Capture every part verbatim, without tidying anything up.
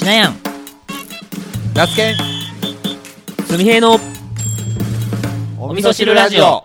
しなやんナスケンすみへいのお味噌汁ラジオ。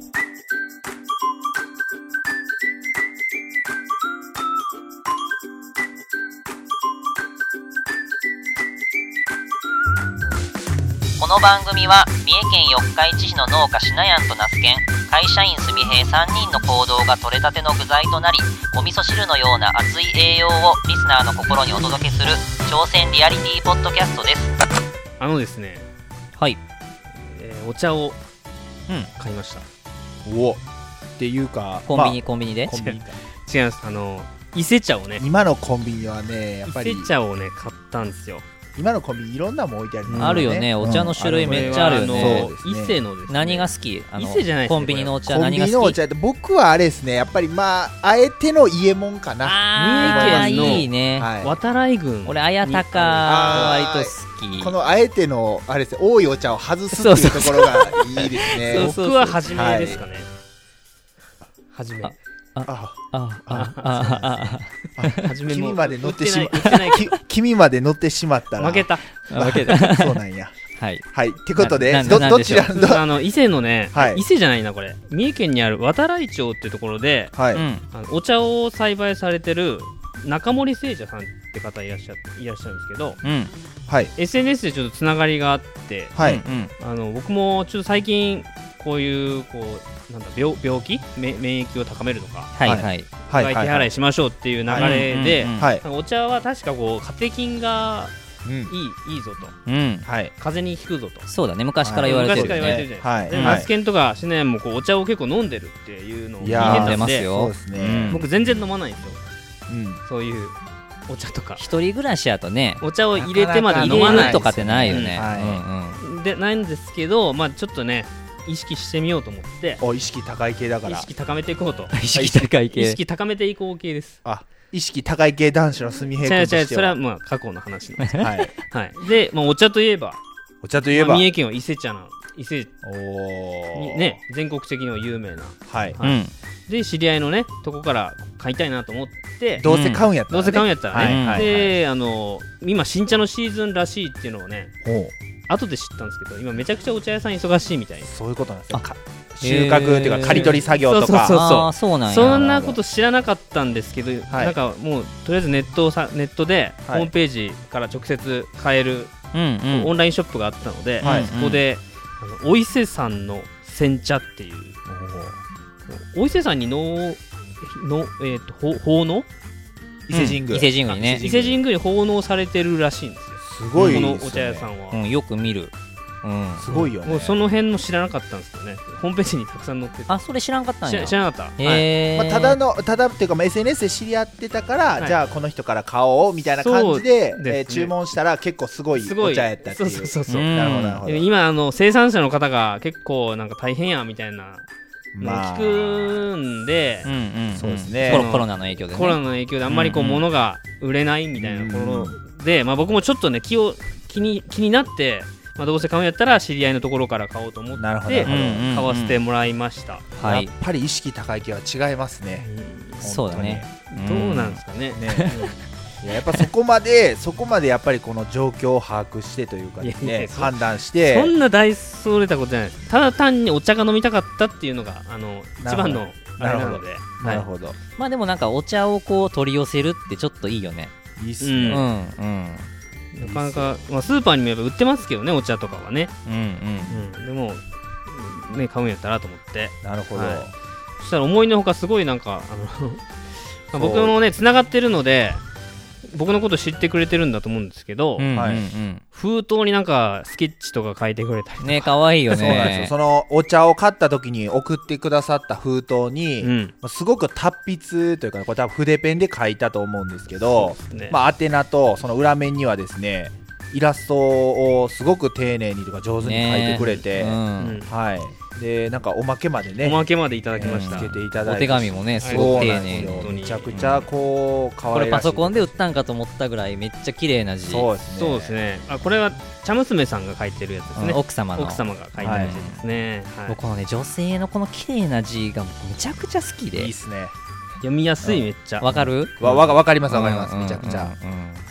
この番組は三重県四日市市の農家しなやんとナスケン、会社員すみへいさんにんの行動が取れたての具材となり、お味噌汁のような熱い栄養をリスナーの心にお届けする挑戦リアリティポッドキャストです。 あのですね、 はい、 えー、お茶をうん買いました。 おっていうかコンビニ、 まあ、 コンビニでコンビニか違います。あの伊勢茶をね、 今のコンビニはねやっぱり伊勢茶をね買ったんですよ。 今のコンビニいろんなもん置いてある、 ね、あるよね、お茶の種類めっちゃあるよね。 伊勢のですね、 何が好き？あの伊勢じゃないですね、 コンビニのお茶コン何が好き？ ビニのお茶って僕はあれですね、やっぱりまああえての家もんかな。 あー三重県のいいね、 はい、 渡来郡、 俺綾鷹割と好き。 このあえてのあれですね、多いお茶を外すっていうところがいいですね。 そうそうそう僕は初めですかね。 はじめあああああああ初めも君まで乗ってしま売ってない売ってない君まで乗ってしまったら負けた。 負けたそうなんや。 はいはい、ってことでなどなどちらどあの伊勢のね、 はい伊勢じゃないなこれ、三重県にある渡来町っていうところで、 はい、 うんあのお茶を栽培されてる中森製茶さんって方いらっしゃいらっしゃるんですけど、 うんはい、 エスエヌエス でちょっとつながりがあって、 はい、 うんあの僕もちょっと最近こういうこうなんだ 病, 病気め免疫を高めるとか、 はいはいはい手払いしましょうっていう流れで、 うんうんうんはい、 なんかお茶は確かこうカテキンがうん、 いいいいぞと、 うんはい、 風邪に効くぞと。 そうだね、昔から言われてる昔から言われてるじゃないですか。ではいマツケンとかシナヤンもこうお茶を結構飲んでるっていうのを聞いていやーたんで、 出ますよそうですね、 うん僕全然飲まないんですよ、 うん、 そういうお茶とか一人暮らしやとね、 お茶を入れてまで入飲まないれるとかってないよね。 はいうんうんでないんですけど、まあちょっとね意識してみようと思ってお意識高い系だから意識高めていこうと意識高い意系。 識高めていこう系です。 あ意識高い系男子のすみへい君違う違う、 としてはそれはまあ過去の話なんです。 はい、 はい。で、まあ、お茶といえば、 お茶といえば、 まあ三重県は伊勢茶な伊勢おーにね全国的にも有名な。 はい、 うんで知り合いのねとこから買いたいなと思って、 どうせ買うんやったら、ねどうせ買うんやったらね、 はいはいで、あの今新茶のシーズンらしいっていうのをねほう後で知ったんですけど、今めちゃくちゃお茶屋さん忙しいみたいな。 そういうことなんですよ。 あか収穫っていうへーか刈り取り作業とか、 そうそうあーそうなんや。 そんなこと知らなかったんですけど、 はいなんかもうとりあえずネットをさネットでホはいームページから直接買える、 うんうんオンラインショップがあったので、 はいそこで、あのお伊勢さんの煎茶っていう、お伊勢さんにのの、えー、とほ奉納伊勢神宮、 伊勢神宮にね伊勢神宮に奉納されてるらしいんですよ、 すごいこですよねのお茶屋さんは、 うん、よく見る。うん、 すごいよね。 もうその辺の知らなかったんですけどね、ホームページにたくさん載ってて、 あ、それ知らんかったん知や。 ら知らなかった、はいへーまあ、ただのただっていうか、まあ、エスエヌエス で知り合ってたから、 はいじゃあこの人から買おうみたいな感じでそうですねえー注文したら結構すごいすごいお茶やったっていう。 そうそうそうそう、 うんなるほどなるほどで。今あの生産者の方が結構なんか大変やみたいなのをまあ聞くんで、 うんうんんそうですねコロコロナの影響でね。 コロナの影響であんまりこううんうん物が売れないみたいなところで、まあ、僕もちょっとね気を気に気になって、まあ、どうせ買うんやったら知り合いのところから買おうと思ってなるほどなるほどうんうんうん買わせてもらいました、 はいやっ。ぱり意識高い系は違いますね。 そうだね。 どうなんですかね、 ねいややっぱそこまでそこまでやっぱりこの状況を把握してというかですね、 いやいやそ判断してそんな大それたことじゃないです。ただ単にお茶が飲みたかったっていうのがあの一番のあれなので、はなるほど、 まあでもなんかお茶をこう取り寄せるってちょっといいよね。 ういいっすね。 うんうんい、なかなか、まあ、スーパーにもやっぱ売ってますけどね、お茶とかはね、 うんうん。 うん、でも、ね、買うんやったらと思って、 なるほど、 はいそしたら思いのほかすごいなんかあのまあ僕そうもねつながってるので僕のこと知ってくれてるんだと思うんですけど、 うんうんはいうん封筒になんかスケッチとか書いてくれたりとか、 ね、可愛いよそうなんですよ。 ね。 そのお茶を買った時に送ってくださった封筒に、 うんまあすごく達筆というかこれ多分筆ペンで書いたと思うんですけど、 ねまあ、宛名とその裏面にはですねイラストをすごく丁寧にとか上手に描いてくれて、 ねううんんはい、でなんかおまけまでねおまけまでいただきました、 つけていただいて、 お手紙もね、すそうごく丁なんですよ寧に。 本当にめちゃくちゃこう可これ愛らしい。 パソコンで売ったんかと思ったぐらいめっちゃ綺麗な字。 そうですね。 そうですね。あ、これは茶娘さんが書いてるやつですね。 うん奥様の。 奥様が書いてるやつですね。はい僕このね、女性のこの綺麗な字がめちゃくちゃ好きでいいっ。すね。 読みやすいめっちゃ。 わかる？ わわかわかりますわかります、 うんめちゃくちゃ。 うんうん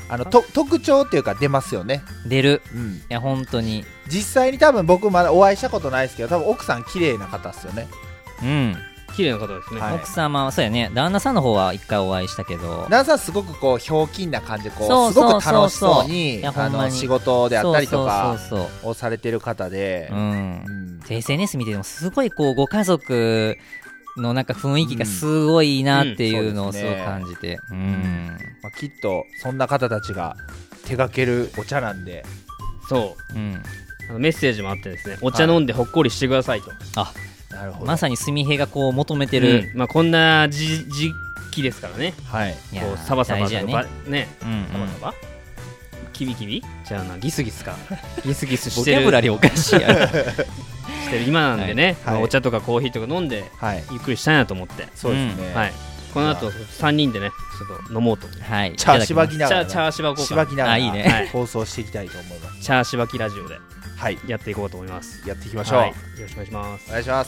あのと特徴っていうか出ますよね。 出る。 うん、 いや本当に実際に多分僕まだお会いしたことないですけど、多分奥さん綺麗な方ですよね。 うん綺麗な方ですね、 はい奥様はそうやね。旦那さんの方は一回お会いしたけど、 旦那さんすごくこうひょうきんな感じでこうそうすごくそうそうそう楽しそうにいやほんまにあの仕事であったりとかそうそうそうをされてる方で、 そう、うんうんエスエヌエス 見ててもすごいこうご家族のなんか雰囲気がすごいいいなっていうのをすごく感じて、うんうんまあ、きっとそんな方たちが手掛けるお茶なんで、 そううんあのメッセージもあってですね、お茶飲んでほっこりしてくださいと、 あなるほど、 まさにすみへがこう求めてる、 うんまあ、こんな時時期ですからね、 はい、 いやーこうサバサバとか大事やねばねうんうんサバサバキビキビじゃあなギスギスかギスギスボしてるキャブラリーおかしいやろしてる今なんでね、 はいまあお茶とかコーヒーとか飲んではい、 ゆっくりしたいなと思って、 そうですね、 はい、この後さんにんでねちょっと飲もうとはい茶しばきながら、 茶茶しばこうしかなばきながらあいいねはい放送していきたいと思います。 茶しばきラジオではい、 やっていこうと思います。 やっていきましょう、 はい、よろしくお願いします。 お願いします。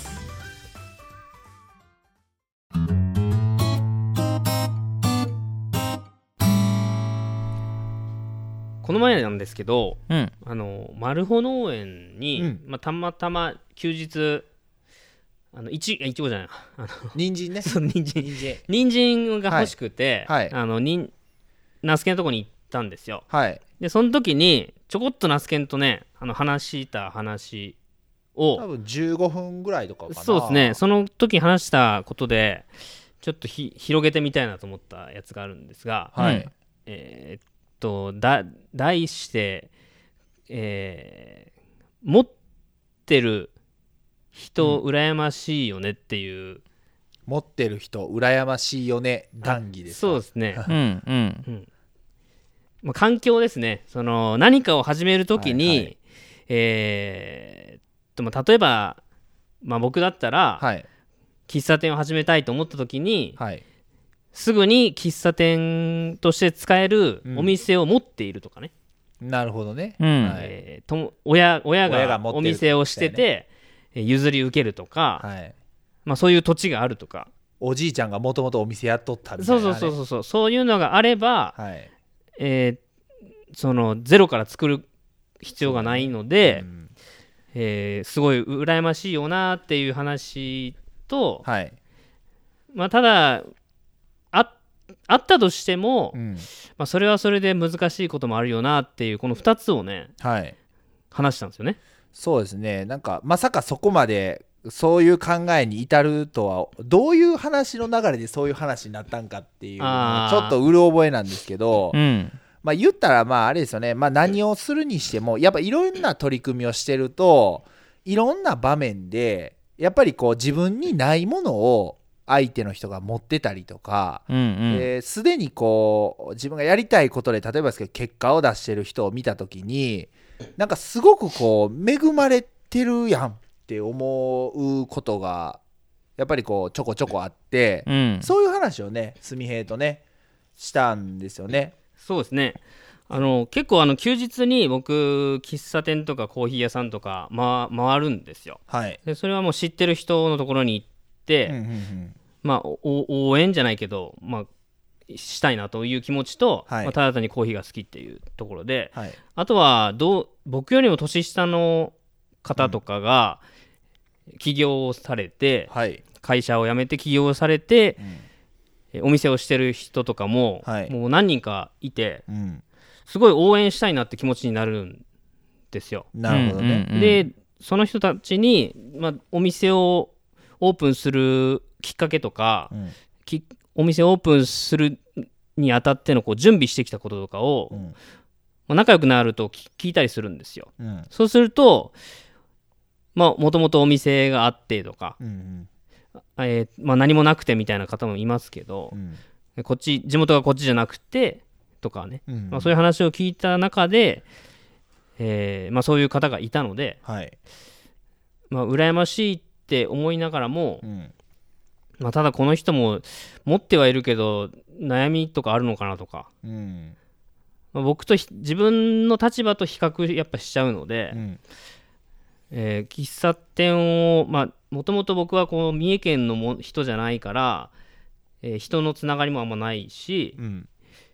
この前なんですけど、 うんあのマルホ農園に、 うんまあ、たまたま休日あのいちいちごじゃないあの人参ね、 そう人参人参、 人参が欲しくて、 はいはいあのにんナスケのとこに行ったんですよ。 はい、 でその時にちょこっとナスケンとねあの話した話を多分じゅうごふんぐらいとかかな。 そうですねその時に話したことでちょっとひ広げてみたいなと思ったやつがあるんですが、 はい、 うんえーっとだ題して、えー持ってる人羨ましいよねっていう、 持ってる人羨ましいよね談義ですか。 そうですね、 うんうんまあ、環境ですねその何かを始めるときに、 はいはいえーっとまあ例えば、まあ、僕だったら、 はい喫茶店を始めたいと思ったときに、 はい、 すぐに喫茶店として使えるうんお店を持っているとかね、 なるほどね、 うんはいえーとも親親が親が持ってるお店をしてて、えー譲り受けるとか、 はい、 まあ、そういう土地があるとか、 おじいちゃんがもともとお店やっとったみたいな、ね、 そうそうそうそうそうそういうのがあれば、 はい、 えーそのゼロから作る必要がないので、 うんえーすごい羨ましいよなっていう話と、 はい、 まあ、ただああったとしても、 うんまあ、それはそれで難しいこともあるよなっていうこのふたつをねはい、 話したんですよね。 そうですね。なんかまさかそこまでそういう考えに至るとは、どういう話の流れでそういう話になったんかっていうのがあーちょっとうる覚えなんですけど、 うんまあ言ったらまああれですよね、まあ、何をするにしてもやっぱいろんな取り組みをしてると、いろんな場面でやっぱりこう自分にないものを相手の人が持ってたりとか、 うんうんえーすでにこう自分がやりたいことで例えばですけど結果を出してる人を見た時に、なんかすごくこう恵まれてるやんって思うことがやっぱりこうちょこちょこあって、 うんそういう話をねすみへいとねしたんですよね。 そうですねあの結構あの休日に僕喫茶店とかコーヒー屋さんとか、ま、回るんですよ。 はい、 でそれはもう知ってる人のところに行って、 うんうんうんまあお応援じゃないけど、まあ、したいなという気持ちと、 はいまあ、ただ単にコーヒーが好きっていうところで、 はいあとはどう僕よりも年下の方とかが起業をされて、 はい会社を辞めて起業をされて、 うんえお店をしてる人とかも、 はいもう何人かいてうん、 すごい応援したいなって気持ちになるんですよ。 なるほどね。 うんうんでその人たちに、まあ、お店をオープンするきっかけとか、 うんきお店をオープンするにあたってのこう準備してきたこととかを、 うんまあ、仲良くなるとき聞いたりするんですよ。 うんそうするとまあもともとお店があってとか、 うんえーまあ、何もなくてみたいな方もいますけどう、んこっち地元がこっちじゃなくてとかね、 うんまあ、そういう話を聞いた中で、えーまあ、そういう方がいたので、 はいまあ、羨ましいって思いながらも、 うんまあ、ただこの人も持ってはいるけど悩みとかあるのかなとか、 うんまあ、僕とひ自分の立場と比較やっぱしちゃうので、 うんえー喫茶店をまあもともと僕はこう三重県のも人じゃないから、えー人のつながりもあんまないし、 うん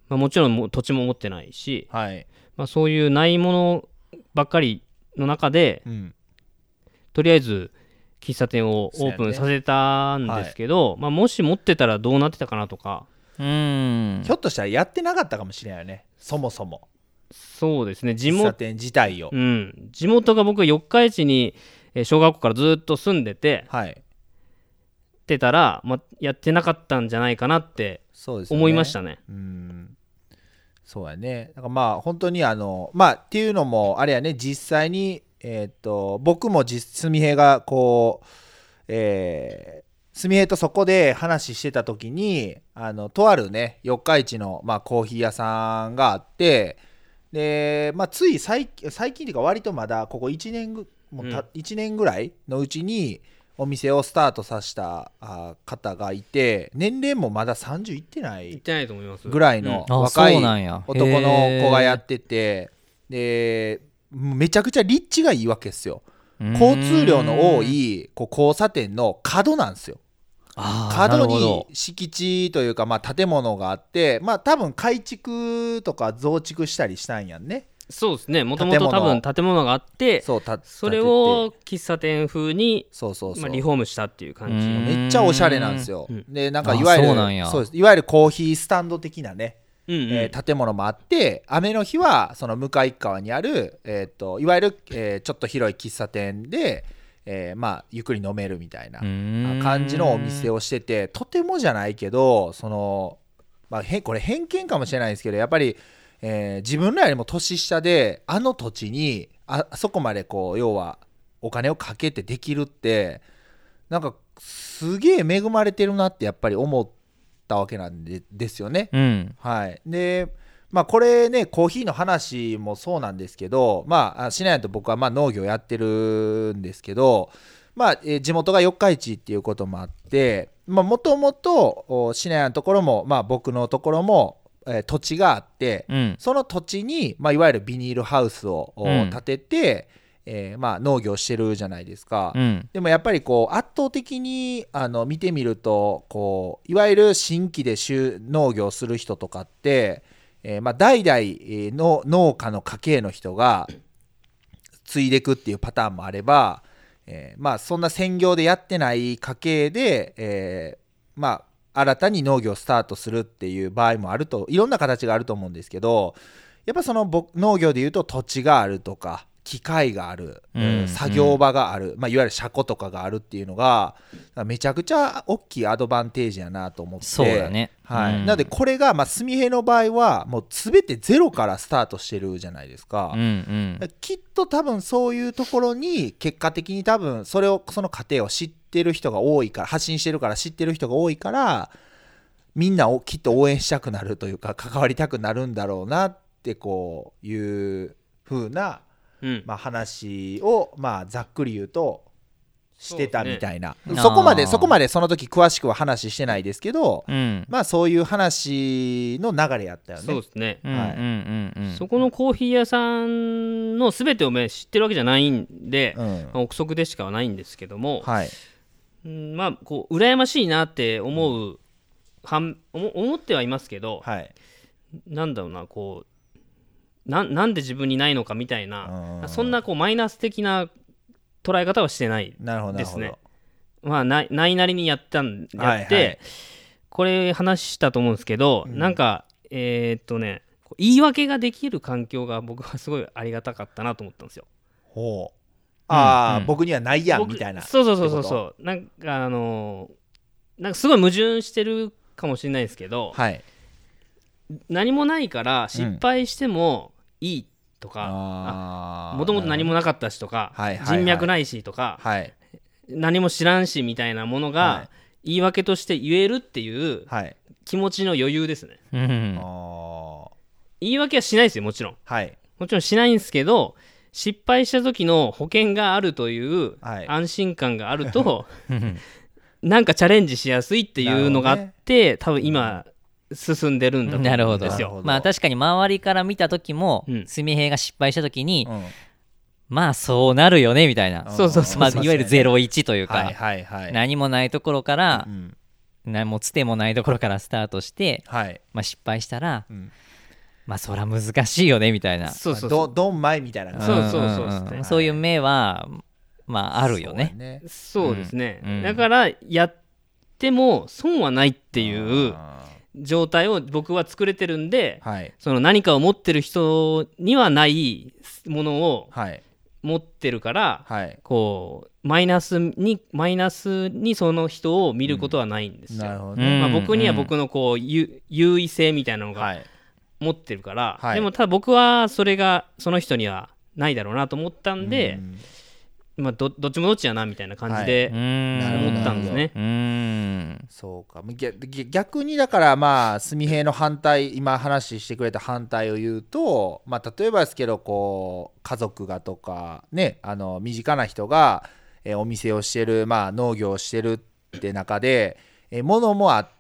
まあ、もちろんもう土地も持ってないし、 はいまあ、そういうないものばっかりの中で、 うん、 とりあえず喫茶店をオープンさせたんですけど、ね、まあ、もし持ってたらどうなってたかなとか、 うーんひょっとしたらやってなかったかもしれないよね、そもそもそうですね、地喫茶元、 店自体を、 うん、地元が僕四日市にえー小学校からずっと住んでて、 はいってたら、まあ、やってなかったんじゃないかなってそうですよね、 思いましたね。 うんそうやね。だからまあ本当にあのまあっていうのもあれやね、実際にえーっと僕も実すみへがこうえーすみへとそこで話してた時にあのとあるね四日市のまあコーヒー屋さんがあって、でまあつい最近最近っていうか割とまだここいちねんぐもうた、 うんいちねんぐらいのうちにお店をスタートさせたあ方がいて、年齢もまださんじゅういってない言ってないと思いますぐらいのあ若いそうなんや男の子がやってて、でめちゃくちゃ立地がいいわけですよ。交通量の多いこう交差点の角なんですよ。 あー角なるほどに敷地というか、まあ、建物があって、まあ多分改築とか増築したりしたんやんね。 そうですね、もともと多分建物があってそうたそれ建ててを喫茶店風にそうそうそう、 まあ、リフォームしたっていう感じ。 うんめっちゃおしゃれなんですよ。 うんでなんかいわゆるあそうなんやそうです、いわゆるコーヒースタンド的なね、 うんうんえー建物もあって、雨の日はその向かい側にある、えー、といわゆる、えーちょっと広い喫茶店で、えーまあ、ゆっくり飲めるみたいな感じのお店をしてて、とてもじゃないけどその、まあ、へこれ偏見かもしれないですけどやっぱり、えー自分らよりも年下であの土地に あ, あそこまでこう要はお金をかけてできるってなんかすげえ恵まれてるなってやっぱり思ったわけなんでですよね。 うんはい、でまあこれねコーヒーの話もそうなんですけど、まあしないと僕はまあ農業やってるんですけど、まあ、えー地元が四日市っていうこともあってもともとしないのところも、まあ、僕のところも、えー土地があって、 うんその土地に、まあ、いわゆるビニールハウスを、おうん建てて、えーまあ、農業してるじゃないですか。 うんでもやっぱりこう圧倒的にあの見てみるとこういわゆる新規で収農業する人とかって、えーまあ、代々、えーの農家の家系の人が継いでいくっていうパターンもあれば、えーまあ、そんな専業でやってない家系で、えーまあ、新たに農業をスタートするっていう場合もあるといろんな形があると思うんですけど、やっぱその僕農業でいうと土地があるとか機械がある、 うん作業場がある、まあ、いわゆる車庫とかがあるっていうのがめちゃくちゃ大きいアドバンテージやなと思って、 そうだねはいうんなのでこれがまあすみへの場合はもう全てゼロからスタートしてるじゃないですか、 うんうんきっと多分そういうところに結果的に多分それをその過程を知ってる人が多いから発信してるから知ってる人が多いからみんなをきっと応援したくなるというか関わりたくなるんだろうなってこういう風なうんまあ、話を、まあ、ざっくり言うとしてたみたいな そ,、 ねこまであーそこまでその時詳しくは話してないですけど、 うんまあそういう話の流れやったよね。 そうですね、 うんうんはいうんうんそこのコーヒー屋さんの全てをね知ってるわけじゃないんで、 うんまあ憶測でしかはないんですけども、 はいうんまあこう羨ましいなって思う、はん思思ってはいますけど、 はいなんだろうなこうななんで自分にないのかみたいな、 うんそんなこうマイナス的な捉え方はしてないなるほどなるほどですね。まあないないなりにやったんやって、 はいはいこれ話したと思うんですけど、 うんなんかえーっとねこう言い訳ができる環境が僕はすごいありがたかったなと思ったんですよ。 ほうああ、 うん僕にはないやん僕みたいな。 そうそうそうそうそうなんかあのーなんかすごい矛盾してるかもしれないですけど、 はい何もないから失敗してもいいとか、 あもともと何もなかったしとか、 はいはいはい人脈ないしとか、 はい何も知らんしみたいなものはがい言い訳として言えるっていうはい気持ちの余裕ですね。 うんあー言い訳はしないですよもちろんはいもちろんしないんですけど、失敗した時の保険があるというはい安心感があると、 うんなんかチャレンジしやすいっていうのがあって、多分今進んでるんだと思なるほどうんですよ。 なるほどまあ確かに周りから見た時もうんすみへいが失敗した時にうんまあそうなるよねみたいなそうそうそうまあいわゆるゼロイチというかはいはいはい何もないところからうんなもうつてもないところからスタートして、 はいまあ、失敗したら、 うん、 まあそら難しいよねみたいな、 そうそうまあ、どどんまいみたいな感じ、 そうそうそううんですねそういう目はまああるよね。 そうやねそうですね、 うんだからやっても損はないっていう状態を僕は作れてるんで、 はい、 その何かを持ってる人にはないものをはい持ってるから、 はい、 こうマイナスにマイナスにその人を見ることはないんですよ、 なるほどうんね、 まあ、僕には僕のこう優優位性みたいなのがはい持ってるから、 はい、 でもただ僕はそれがその人にはないだろうなと思ったんで、 うんまあ、ど, どっちもどっちやなみたいな感じで思ったんですね。 うーんそうか逆逆にだからまあ純平の反対今話してくれた反対を言うと、まあ、例えばですけどこう家族がとかねあの身近な人が、えーお店をしてる、まあ、農業をしてるって中で、えー、物もあって、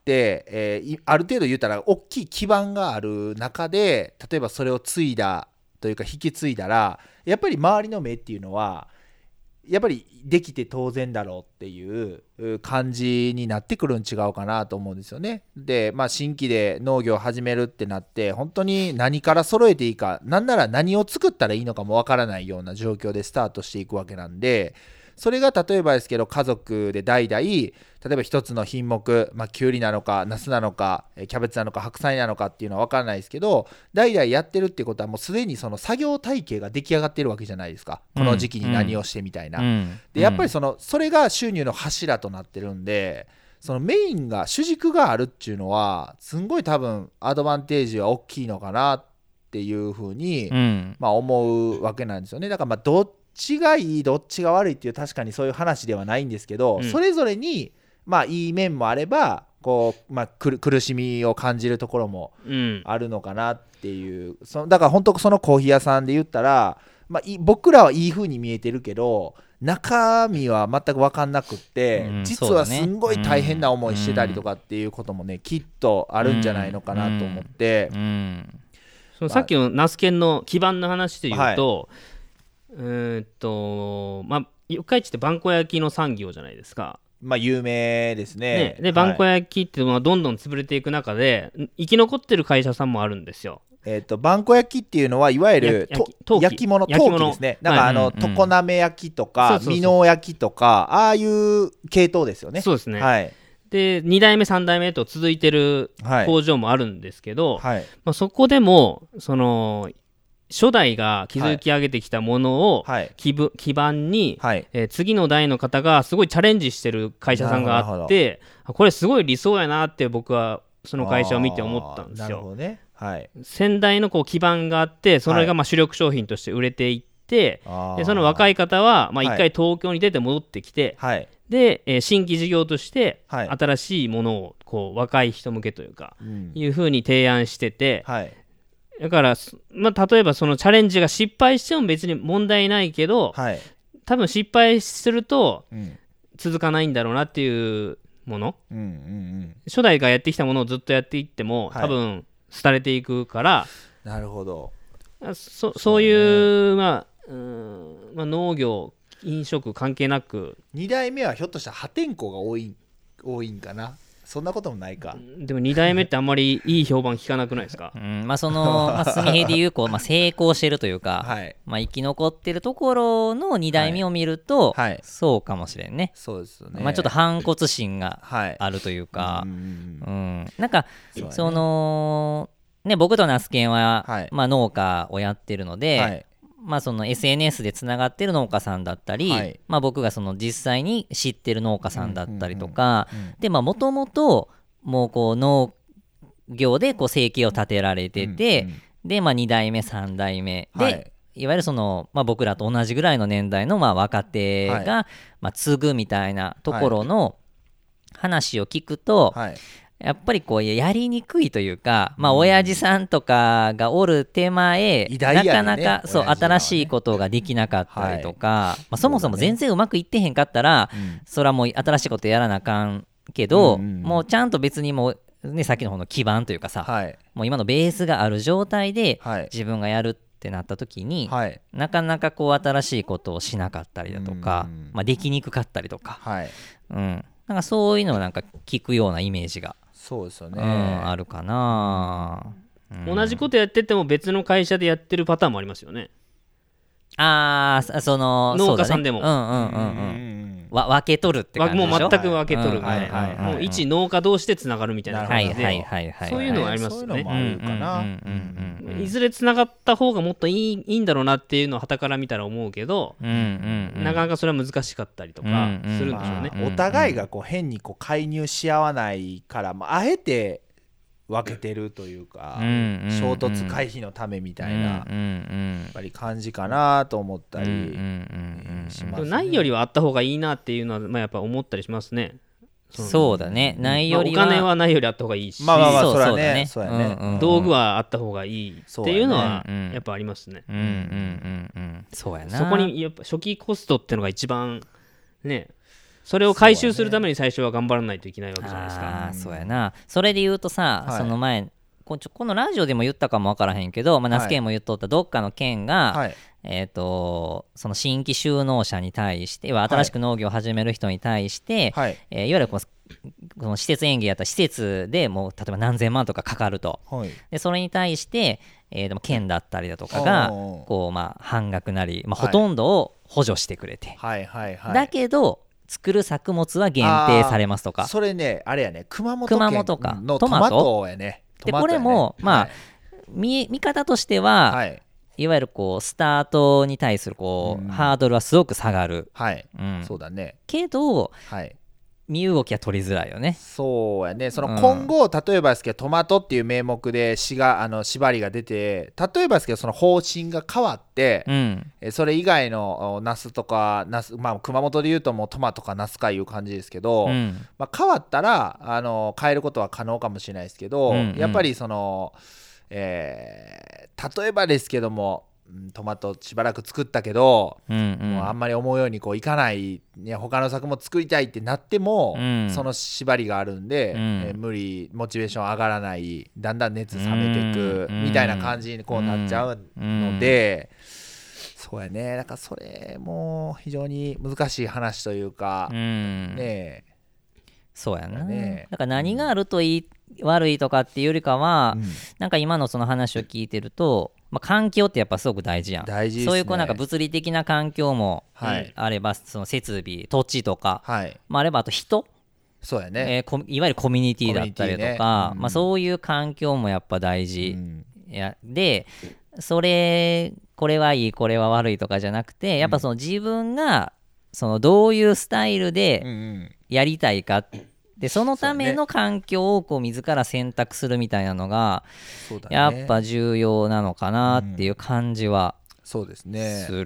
えーある程度言ったら大きい基盤がある中で例えばそれを継いだというか引き継いだらやっぱり周りの目っていうのはやっぱりできて当然だろうっていう感じになってくるん違うかなと思うんですよね。で、まあ、新規で農業を始めるってなって本当に何から揃えていいかなんなら何を作ったらいいのかもわからないような状況でスタートしていくわけなんでそれが例えばですけど家族で代々例えば一つの品目、まあ、きゅうりなのかナスなのかキャベツなのか白菜なのかっていうのは分からないですけど代々やってるってことはもうすでにその作業体系が出来上がってるわけじゃないですか、この時期に何をしてみたいな、 うん、 でやっぱりそのそれが収入の柱となってるんでそのメインが主軸があるっていうのはすんごい多分アドバンテージは大きいのかなっていうふうに、 うんまあ、思うわけなんですよね。だからまあどっちがいいどっちが悪いっていう確かにそういう話ではないんですけど、 うん、 それぞれにまあいい面もあればこう、まあ、苦苦しみを感じるところもあるのかなっていう、うん、そのだから本当そのコーヒー屋さんで言ったら、まあ、い僕らはいい風に見えてるけど中身は全く分かんなくって、うん、実はすんごい大変な思いしてたりとかっていうこともね、うん、きっとあるんじゃないのかなと思って、 うんうん、 そのさっきのナスケンの基盤の話で言うと、はい、うーんとまあ四日市って萬古焼の産業じゃないですか。 まあ有名ですね。 ねで萬古焼っていうのはどんどん潰れていく中で、はい、生き残ってる会社さんもあるんですよ。 えー、と萬古焼っていうのはいわゆると焼き物陶器ですね。だからあの、はい、常滑焼きとか箕面焼きとかああいう系統ですよね。 そうですね、 はい、 でに代目さん代目と続いてる工場もあるんですけど、 はいまあ、そこでもその初代が築き上げてきたものを基ぶ、基盤に、はいえー、次の代の方がすごいチャレンジしてる会社さんがあってこれすごい理想やなって僕はその会社を見て思ったんですよ。なるほどね、はい、先代のこう基盤があってそれがまあ主力商品として売れていって、はい、でその若い方はまあ一回東京に出て戻ってきて、はい、で、えー、新規事業として新しいものをこう若い人向けというか、うん、いう風に提案してて、はいだから、まあ、例えばそのチャレンジが失敗しても別に問題ないけど、はい、多分失敗すると続かないんだろうなっていうもの、うんうんうん、初代がやってきたものをずっとやっていっても、はい、多分廃れていくからなるほどそ, そういう、まあうんまあ、農業飲食関係なくに代目はひょっとしたら破天荒が多い、多いんかな。そんなこともないか。 でもに代目ってあんまりいい評判聞かなくないですか？ うんまあそのまあ純平でいうこう、まあ、成功してるというか、はいまあ、生き残ってるところのに代目を見ると、はいはい、そうかもしれんね。 そうですよね。 まあちょっと反骨心があるというか、はい、うんうんなんかそ,、ね、そのね僕とナスケンは、はいまあ、農家をやってるので。はいまあ、その エスエヌエス でつながってる農家さんだったり、はいまあ、僕がその実際に知ってる農家さんだったりとか、うんうんうん、でまあもともともうこう農業でこう生計を立てられてて、うんうん、でまあに代目さん代目で、はい、いわゆるその、まあ、僕らと同じぐらいの年代のまあ若手が、はいまあ、継ぐみたいなところの話を聞くと、はいやっぱりこうやりにくいというか、まあ親父さんとかがおる手前、なかなかそう新しいことができなかったりとか、まあそもそも全然うまくいってへんかったら、それはもう新しいことやらなあかんけど、もうちゃんと別にもうねさっきの方の基盤というかさ、もう今のベースがある状態で自分がやるってなった時に、なかなかこう新しいことをしなかったりだとか、まあできにくかったりとか、うん。 なんかそういうのをなんか聞くようなイメージがそうですよね、 うん、あるかな、 うん、同じことやってても別の会社でやってるパターンもありますよね。 ああ、その農家さんでも、 うんうんうんうんわ分け取るって感じでしょ。 もう全く分け取るみたいな、もう一農家同士でつながるみたいな感じで、そういうのはありますよね。いずれつながった方がもっといい、いいんだろうなっていうのを傍から見たら思うけど、うんうんうん、なかなかそれは難しかったりとかするんでしょうね、 まあ、お互いがこう変にこう介入し合わないから、まあ、あえて分けてるというか、うんうんうん、衝突回避のためみたいな、うんうんうん、やっぱり感じかなと思ったりしますね。 ないよりはあった方がいいなっていうのは、まあ、やっぱ思ったりしますね。 そう、そうだね。ないよりは、 まあ、お金はないよりあった方がいいし、 まあまあまあ、それはね、そうだね、 うんうん、道具はあった方がいいっていうのはやっぱありますね。 うんうんうんうん、そうやな。 そこにやっぱ初期コストっていうのが一番ね、それを回収するために最初は頑張らないといけないわけじゃないですか。 ああ、そうやな。それで言うとさ、はい、その前こちょこのラジオでも言ったかも分からへんけど、まあ、ナスケンも言っとったどっかの県が、はい、えー、とその新規就農者に対しては新しく農業を始める人に対して、はい、えー、いわゆるこのこの施設園芸やったら施設でもう例えば何千万とかかかると、はい、でそれに対して、えー、でも県だったりだとかがこう、まあ、半額なり、まあ、ほとんどを補助してくれて、はいはいはい、だけど作る作物は限定されますとか。 それね、あれやね、熊本県のトマトやね。 でこれも、まあ、はい、見, 見方としては、はい、いわゆるこうスタートに対するこう、うん、ハードルはすごく下がる、 はい、うん、そうだね。 けど、はい、身動きは取りづらいよね。 そうやね。その今後、うん、例えばですけどトマトっていう名目でしがあの縛りが出て、例えばですけどその方針が変わって、うん、えそれ以外のナスとかナス、まあ、熊本でいうともうトマトかナスかいう感じですけど、うん、まあ、変わったらあの変えることは可能かもしれないですけど、うんうん、やっぱりその、えー、例えばですけどもトマトしばらく作ったけど、うんうん、もうあんまり思うようにこういかない、ね、他の作も作りたいってなっても、うん、その縛りがあるんで、うん、えー、無理モチベーション上がらない、だんだん熱冷めていく、うん、みたいな感じにこうなっちゃうので、うん、そうやね。だからそれも非常に難しい話というか、うん、ね、 そうやな、ね、だから何があるといい、うん、悪いとかっていうよりかは、うん、なんか今のその話を聞いてると、まあ、環境ってやっぱすごく大事やん。 大事ですね。 そういうこうなんか物理的な環境もあれば、はい、その設備土地とか、はい、まあ、あればあと人、 そうやね、 えー、いわゆるコミュニティだったりとか、ね、うん、まあ、そういう環境もやっぱ大事、うん、やでそれこれはいいこれは悪いとかじゃなくて、やっぱその自分がそのどういうスタイルでやりたいか、でそのための環境をこう自ら選択するみたいなのがやっぱ重要なのかなっていう感じはする。 そうですね。 うん、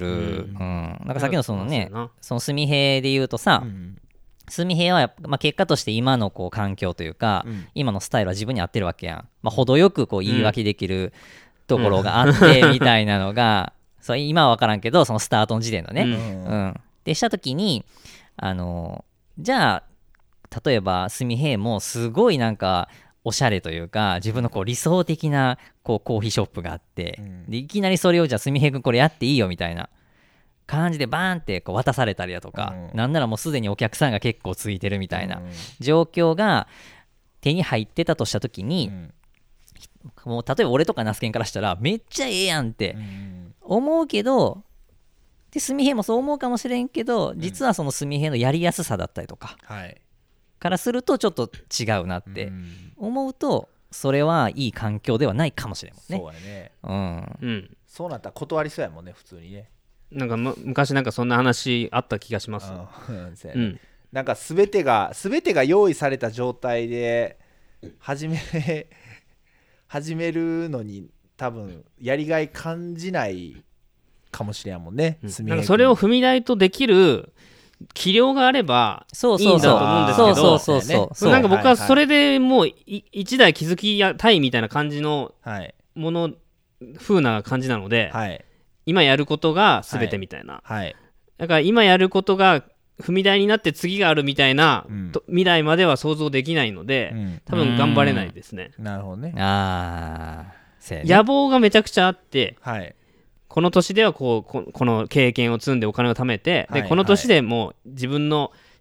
なんかさっきのそのね、その炭平で言うとさ、うん、炭平はやっぱ、まあ、結果として今のこう環境というか、うん、今のスタイルは自分に合ってるわけやん。まあ、程よくこう言い訳できるところがあってみたいなのが、うん、そう今は分からんけどそのスタートの時点のね、うんうん、でした時にあのじゃあ例えば炭平もすごいなんかおしゃれというか自分のこう理想的なこうコーヒーショップがあって、うん、でいきなりそれをじゃあ炭平君これやっていいよみたいな感じでバーンってこう渡されたりだとか、うん、なんならもうすでにお客さんが結構ついてるみたいな状況が手に入ってたとした時に、うん、もう例えば俺とかナスケンからしたらめっちゃええやんって思うけど、で炭平もそう思うかもしれんけど、実はその炭平のやりやすさだったりとか、うん、はいからするとちょっと違うなって思うと、それはいい環境ではないかもしれんもんね。 そうやね、うんうん、そうなったら断りそうやもんね普通にね。 なんか、ま、昔なんかそんな話あった気がします。 うん、なんか全てが全てが用意された状態で始め始めるのに多分やりがい感じないかもしれんもんね、うん、 なんかそれを踏み台とできる器量があればいいんだと思うんですけど、そうそうそうそう、なんか僕はそれでもう一台築きたいみたいな感じのもの、はい、風な感じなので、はい、今やることが全てみたいな、はいはい、だから今やることが踏み台になって次があるみたいな、うん、未来までは想像できないので、うん、多分頑張れないですね。 なるほどね。 あー、野望がめちゃくちゃあって、はい、この年ではこう こ, この経験を積んでお金を貯めて、はい、でこの年でもう自分の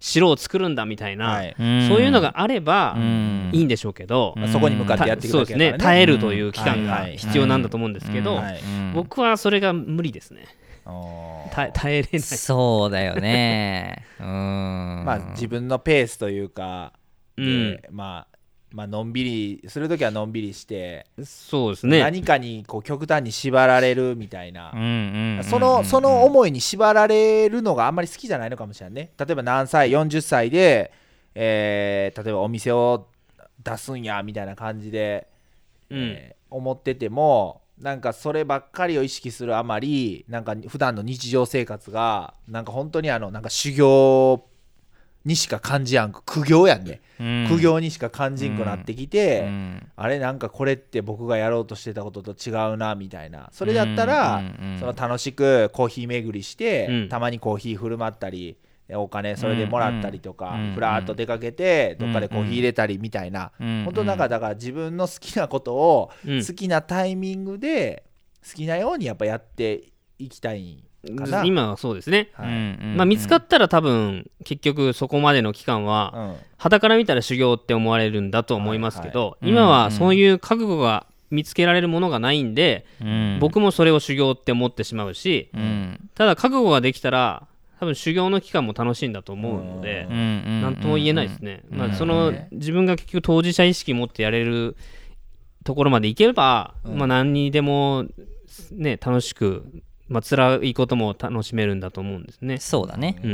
城を作るんだみたいな、はい、そういうのがあればいいんでしょうけど、 まあ、そこに向かってやっていくだけだからね。そうですね、 耐えるという期間が必要なんだと思うんですけど、僕はそれが無理ですね。耐えれない。 そうだよね。うーん、 まあ自分のペースというか、うん、まあまあのんびりするときはのんびりして、 そうですね、 何かにこう極端に縛られるみたいな、そのその思いに縛られるのがあんまり好きじゃないのかもしれないね。例えば何歳よんじゅっさいで、えー、例えばお店を出すんやみたいな感じで、うん、えー、思ってても、なんかそればっかりを意識するあまり、なんか普段の日常生活がなんか本当にあのなんか修行にしか感じやんく、苦行やんね、うん、苦行にしか感じんくなってきて、うん、あれなんかこれって僕がやろうとしてたことと違うなみたいな。それだったら、うん、その楽しくコーヒー巡りして、うん、たまにコーヒー振る舞ったりお金それでもらったりとか、ふらっと出かけてどっかでコーヒー入れたりみたいな、本当なんかだから自分の好きなことを好きなタイミングで好きなようにやっぱやっていきたいかな。 今はそうですね、はい、まあ、見つかったら多分結局そこまでの期間は傍から見たら修行って思われるんだと思いますけど、はいはい、今はそういう覚悟が見つけられるものがないんで、うん、僕もそれを修行って思ってしまうし、うん、ただ覚悟ができたら多分修行の期間も楽しいんだと思うので、何とも言えないですね。まあ、その自分が結局当事者意識持ってやれるところまでいければ、うん、まあ、何にでも、ね、楽しく、まあ辛いことも楽しめるんだと思うんですね。 そうだね。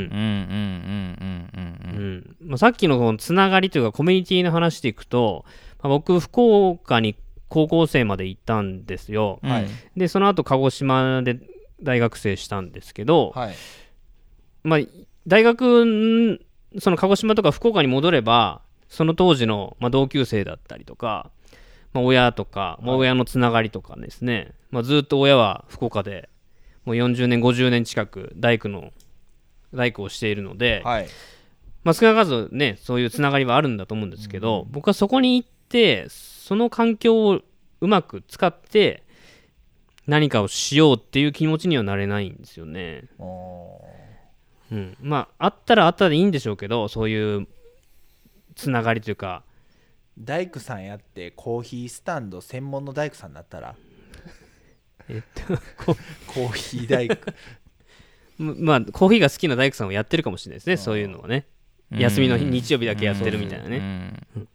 さっきのこのつながりというかコミュニティの話でいくと、まあ、僕福岡に高校生まで行ったんですよ。はい、でその後鹿児島で大学生したんですけど、はい、まあ、大学その鹿児島とか福岡に戻ればその当時の、まあ、同級生だったりとか、まあ、親とか、まあ、親のつながりとかですね、はい、まあ、ずっと親は福岡でもうよんじゅうねんごじゅうねん近く大工の大工をしているので、はい、まあ、少なからずねそういうつながりはあるんだと思うんですけど、うん、僕はそこに行ってその環境をうまく使って何かをしようっていう気持ちにはなれないんですよね。うん、まああったらあったでいいんでしょうけど、そういうつながりというか。 大工さんやってコーヒースタンド専門の大工さんになったらえっとコーヒー大工まあコーヒーが好きな大工さんはやってるかもしれないですね、そういうのはね。休みの日日曜日だけやってるみたいなね。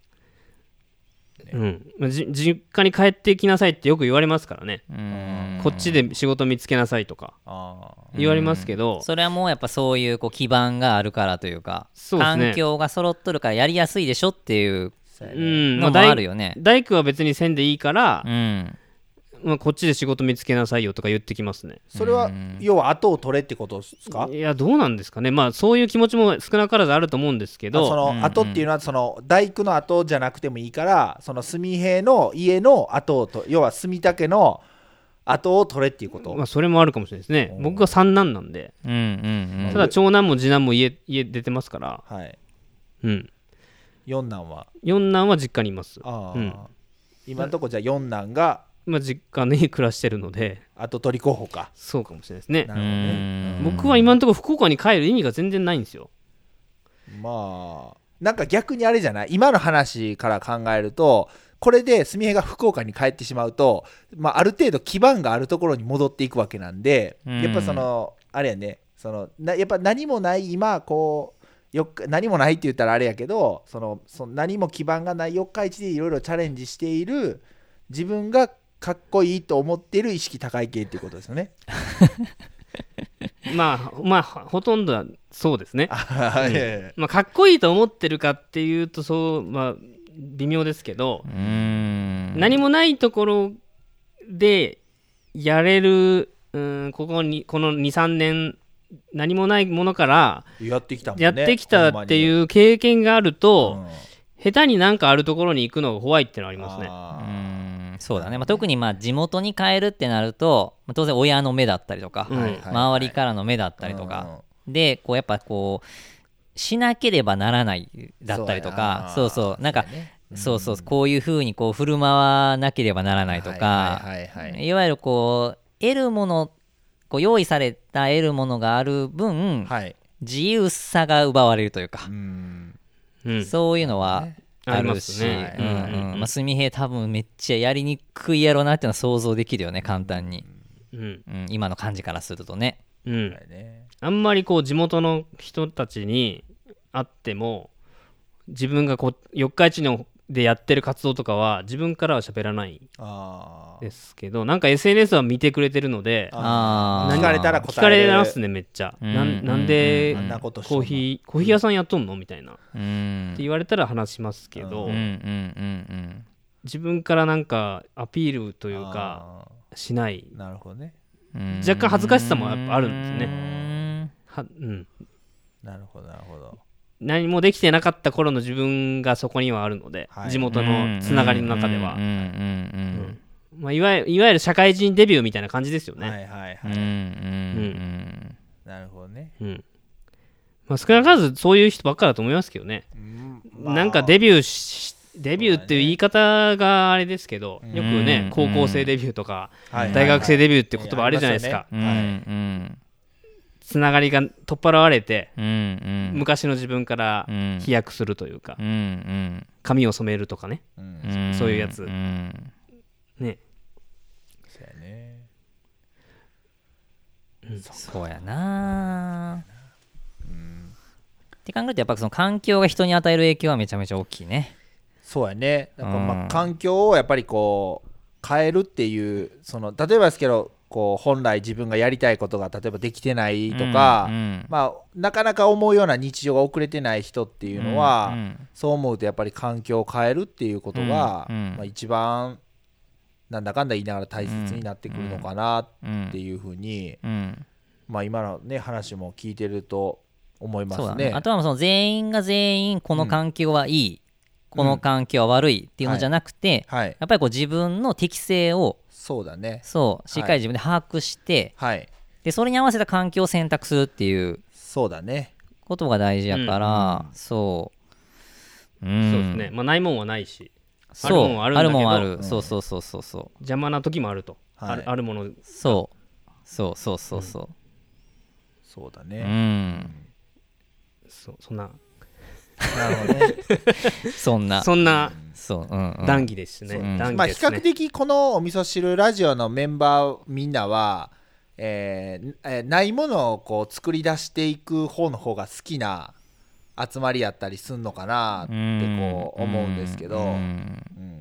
うんうん、じ実家に帰ってきなさいってよく言われますからね。うんこっちで仕事見つけなさいとか言われますけど、 それはもうやっぱそういうこう基盤があるからというか、そうですね、環境が揃っとるからやりやすいでしょっていうのもあるよね。 うん、大工は別にせんでいいから、うん、まあ、こっちで仕事見つけなさいよとか言ってきますね。 それは要は後を取れってことですか？ いやどうなんですかね。まあそういう気持ちも少なからずあると思うんですけど、 その後っていうのはその大工の後じゃなくてもいいから、その住平の家の後をと、要は住竹の後を取れっていうこと。 まあそれもあるかもしれないですね。僕が三男なんで、うんうんうん、ただ長男も次男も家家出てますから、はい、うん、 四男は四男は実家にいます。 あ、うん、今のところじゃあ四男がまあ、実家に暮らしてるので、 あと取り候補か。 そうかもしれないですね。なるほどね。僕は今のところ福岡に帰る意味が全然ないんですよ。 まあなんか逆にあれじゃない、今の話から考えると、これで純平が福岡に帰ってしまうと、まあ、ある程度基盤があるところに戻っていくわけなんで、やっぱそのあれやね、そのなやっぱ何もない今こうよく何もないって言ったらあれやけど、そのその何も基盤がない四日市でいろいろチャレンジしている自分がかっこいいと思っている意識高い系っていうことですよね。 まあまあほとんどはそうですね。うんまあ、かっこいいと思ってるかっていうとそう、まあ、微妙ですけど、うーん何もないところでやれる、うんここにこの にさんねん何もないものからやってきたもんね。 やってきたっていう経験があると、うん、下手になんかあるところに行くのが怖いってのはありますね。 うんそうだね、まあ、特にまあ地元に帰るってなると当然親の目だったりとか、うん、周りからの目だったりとか、うん、でこうやっぱこうしなければならないだったりとか、そうそうなんかそうそうこういう風にこう振る舞わなければならないとか、いわゆるこう得るものこう用意された得るものがある分、はい、 自由さが奪われるというか、 うん、 そういうのはあるし、純平多分めっちゃやりにくいやろうなっていうのは想像できるよね、簡単に、うんうん、今の感じからするとね、 うん、あんまりこう地元の人たちに会っても自分がこう四日市のでやってる活動とかは自分からは喋らないですけど、なんか エスエヌエス は見てくれてるので、 あ聞かれたら答える、 聞かれますねめっちゃ、うん、な, なんでコーヒーコーヒー屋さんやっとんのみたいな、うん、って言われたら話しますけど、うんうんうんうん、自分からなんかアピールというかしない。 なるほどね。 若干恥ずかしさもやっぱあるんですね。は、うん、 なるほどなるほど。 何もできてなかった頃の自分がそこにはあるので、はい、地元のつながりの中では、いわゆる社会人デビューみたいな感じですよね。はいはいはい。うんうん、 なるほどね。 うん、まあ、少なからずそういう人ばっかだと思いますけどね。うんまあ、なんかデビューしデビューっていう言い方があれですけど、よくね高校生デビューとか大学生デビューって言葉あるじゃないですか。つながりが取っ払われて、うんうん、昔の自分から飛躍するというか、うんうん、髪を染めるとかね、うん、そういうやつ、うん、ね。 そうやね、 うん、そうやな、うん、って考えるとやっぱその環境が人に与える影響はめちゃめちゃ大きいね。 そうやね。だからまあ環境をやっぱりこう変えるっていう、その例えばですけどこう本来自分がやりたいことが例えばできてないとか、うんうん、まあ、なかなか思うような日常が遅れてない人っていうのは、うんうん、そう思うとやっぱり環境を変えるっていうことが、うんうんまあ、一番なんだかんだ言いながら大切になってくるのかなっていうふうに、うんうんまあ、今の、ね、話も聞いてると思います ね, そうだね。あとはその全員が全員この環境はいい、うん、この環境は悪いっていうのじゃなくて、うんはい、やっぱりこう自分の適性をそうだね。 そうしっかり自分で把握して、はい、でそれに合わせた環境を選択するっていうそうだねことが大事やから、うん、そう、 うん、そうですね。まあないもんはないし、 そうあるもんはあるんだけど、あるもんはある、うん、そうそうそうそうそう邪魔な時もあると、はい、あるあるものそうそうそうそうそう、うん、 そうだね。 うん、 そそんななるほどねそんなそんなそう、うんうん、 談義ですね、うん、談義ですね。 まあ、比較的このお味噌汁ラジオのメンバーみんなは、えーえー、ないものをこう作り出していく方の方が好きな集まりやったりすんのかなってこう思うんですけど、うんうん、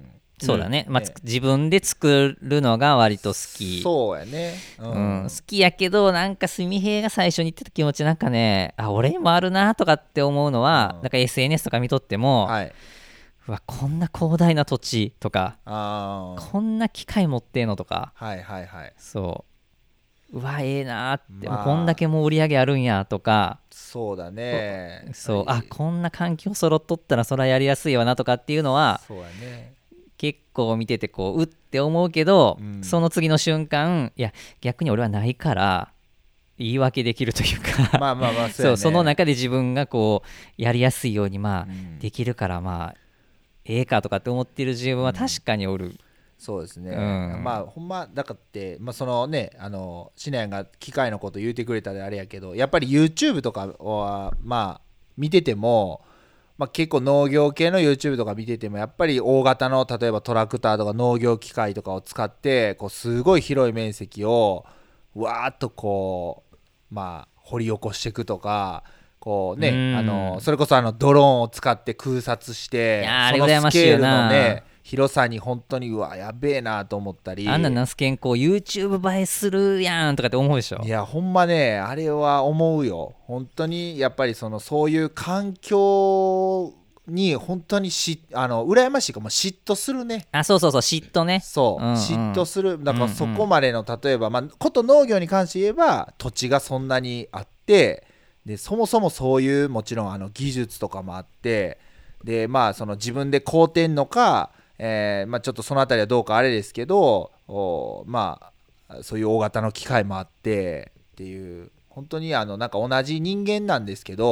そうだね、まあね、自分で作るのが割と好き。 そうやね、うんうん、好きやけどなんか純平が最初に言ってた気持ちなんかね、あ俺にもあるなとかって思うのは、うん、なんか エスエヌエス とか見とっても、はい、うわこんな広大な土地とかあこんな機械持ってんのとか、 はいはいはい、 そううわええなって、まあ、こんだけもう売り上げあるんやとか、 そうだね、 そう、はい、あこんな環境揃っとったらそらやりやすいわなとかっていうのは、 そうやね、 結構見ててこううって思うけど、うん、その次の瞬間いや逆に俺はないから言い訳できるというかまあまあまあそう、その中で自分がこうやりやすいようにまあ、うん、できるからまあええかとかって思ってる自分は確かにおる、うん、 そうですね、うん、まあほんまだからって、まあ、そのねあのシナヤンが機械のこと言うてくれたであれやけど、やっぱり YouTube とかはまあ見てても、まあ、結構農業系の YouTube とか見ててもやっぱり大型の例えばトラクターとか農業機械とかを使ってこうすごい広い面積をわーっとこうまあ掘り起こしていくとか、こうね、あのそれこそあのドローンを使って空撮してそのスケールのね広さに本当にうわやべえなと思ったり、 あんなナスケンこう YouTube 映えするやんとかって思うでしょ。 いやほんまねあれは思うよ。本当にやっぱりそのそういう環境に本当にしあの羨ましいかも嫉妬するね。 あそうそうそう嫉妬ね。 そう、うんうん、嫉妬する。だからそこまでの例えば、まあ、こと農業に関して言えば土地がそんなにあってでそもそもそういうもちろんあの技術とかもあってでまあその自分で買うてんのか、えーまあ、ちょっとそのあたりはどうかあれですけどおまあそういう大型の機械もあってっていう本当にあのなんか同じ人間なんですけど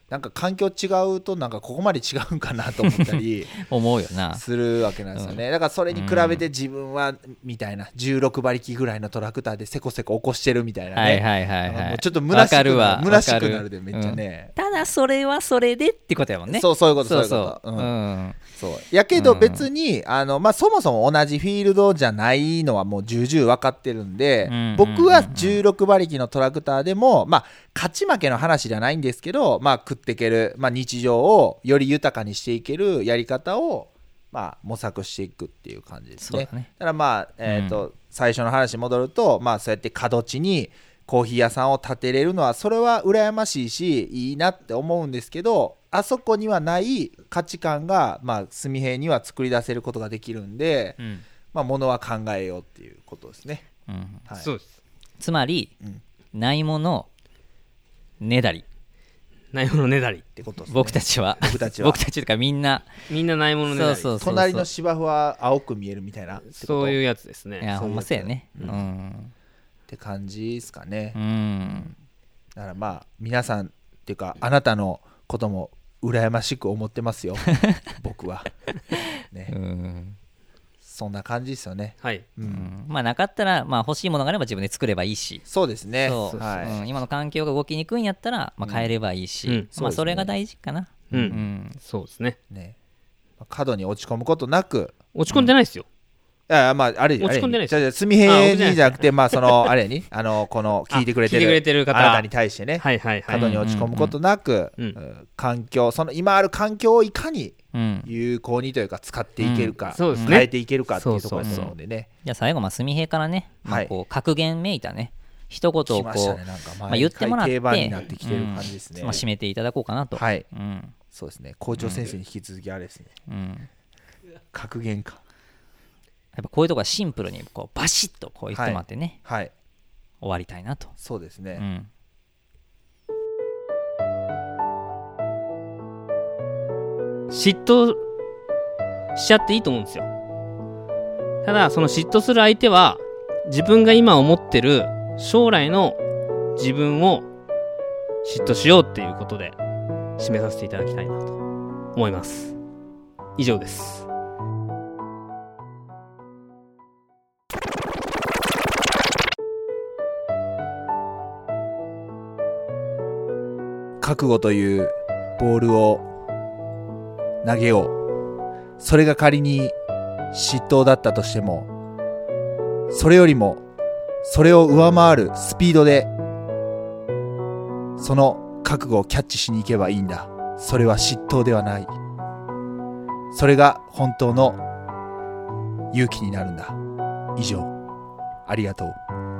なんか環境違うとなんかここまで違うんかなと思ったり思うよなするわけなんですよね、うん、だからそれに比べて自分はみたいなじゅうろくばりきぐらいのトラクターでせこせこ起こしてるみたいなね、 はいはいはいはい、 もうちょっと虚しくなる虚しくなるでめっちゃね、 うん、ただそれはそれでってことやもんね。 そうそういうことそういうこと、うんうん、そうやけど別に、うん、あのまあ、そもそも同じフィールドじゃないのはもう重々分かってるんで、うんうんうんうん、僕はじゅうろくばりきのトラクターでもまあ勝ち負けの話じゃないんですけど、まあ、食っていける、まあ、日常をより豊かにしていけるやり方を、まあ、模索していくっていう感じですね。だねだからまあ、えーとうん、最初の話に戻ると、まあ、そうやって角地にコーヒー屋さんを建てれるのはそれは羨ましいしいいなって思うんですけど、あそこにはない価値観が、まあ、住平には作り出せることができるんで、うんまあ、ものは考えようっていうことですね、 うんはい、そうです。つまり、うん、ないものねだりないものねだりってことですね。 僕たちは僕たちは僕たちというかみんなみんなないものねだり。そうそうそうそう、 隣の芝生は青く見えるみたいなそういうやつですね。 いやほんまそうやね、 うんうん、って感じですかね、 うん、 だからまあ皆さんっていうかあなたのことも羨ましく思ってますよ僕はね、うんそんな感じですよね。 はい、うん、まあなかったら、まあ、欲しいものがあれば自分で作ればいいし、 そうですね。 そう、はいうん、今の環境が動きにくいんやったら、まあ、変えればいいし、うんまあ、それが大事かな。 うん、うん、そうですね。 ね、過度に落ち込むことなく、 落ち込んでないですよ。 いやまああれ落ち込んでないです。 じゃあすみへいにじゃなくてまあそのあれにあのこの聞いてくれてる聞いてくれてる方あなたに対してね、 はいはいはい、 過度に落ち込むことなく、うんうん、環境その今ある環境をいかに有効にというか使っていけるか、うん、変えていけるかっていうところですのでね。 じゃあ最後まあすみへいからね、まあ、こう格言めいたね一言をこう、ねまあ、言ってもらって定番になってきてる感じですね、 うんまあ、締めていただこうかなと。 はい、 うん、 そうですね。校長先生に引き続きあれですね、うん、格言かやっぱこういうところはシンプルにこうバシッとこう言ってもらってね、 はいはい、 終わりたいなと。 そうですね、 うん、嫉妬しちゃっていいと思うんですよ。ただその嫉妬する相手は自分が今思ってる将来の自分を嫉妬しようっていうことで締めさせていただきたいなと思います。以上です。 覚悟というボールを投げよう。それが仮に嫉妬だったとしても、それよりもそれを上回るスピードでその覚悟をキャッチしに行けばいいんだ。それは嫉妬ではない。それが本当の勇気になるんだ。以上、ありがとう。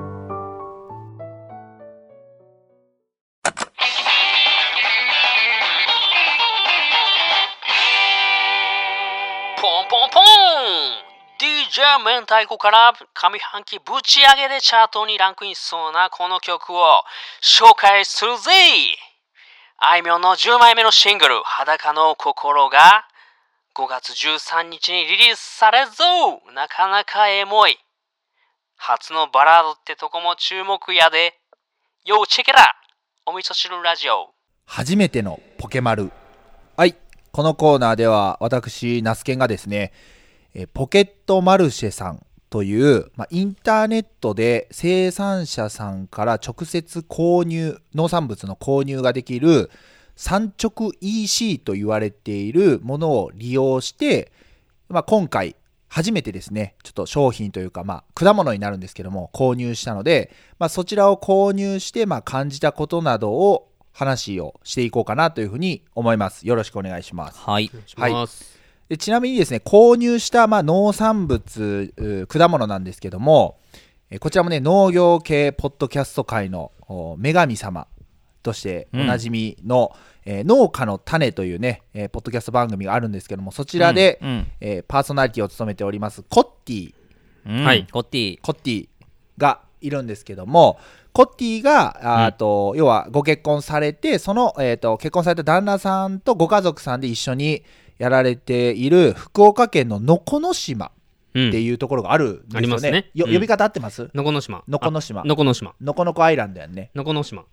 じゃあ明太子から上半期ぶち上げでチャートにランクインしそうなこの曲を紹介するぜ。あいみょんのじゅうまいめのシングル裸の心がごがつじゅうさんにちにリリースされるぞ。なかなかエモい初のバラードってとこも注目やで。よチェケラお味噌汁ラジオ。 初めてのポケマル。はい、このコーナーでは私ナスケンがですねポケットマルシェさんという、まあ、インターネットで生産者さんから直接購入農産物の購入ができる産直 イーシー と言われているものを利用して、まあ、今回初めてですねちょっと商品というか、まあ、果物になるんですけども購入したので、まあ、そちらを購入して、まあ、感じたことなどを話をしていこうかなというふうに思います。よろしくお願いします。 はい、お願いします。 はい、でちなみにですね購入した、まあ、農産物果物なんですけども、えこちらもね農業系ポッドキャスト界の女神様としておなじみの、うんえー、農家の種というね、えー、ポッドキャスト番組があるんですけどもそちらで、うんうんえー、パーソナリティを務めておりますコッティ、 うんはい、コッティコッティがいるんですけどもコッティがあと、うん、要はご結婚されてその、えー、と結婚された旦那さんとご家族さんで一緒にやられている福岡県ののこの島っていうところがあるんですよね。うん、ありますね。よ、うん、呼び方合ってます？ のこの島。 のこの島。 のこの島。 のこのこアイランドやんね。 のこの島。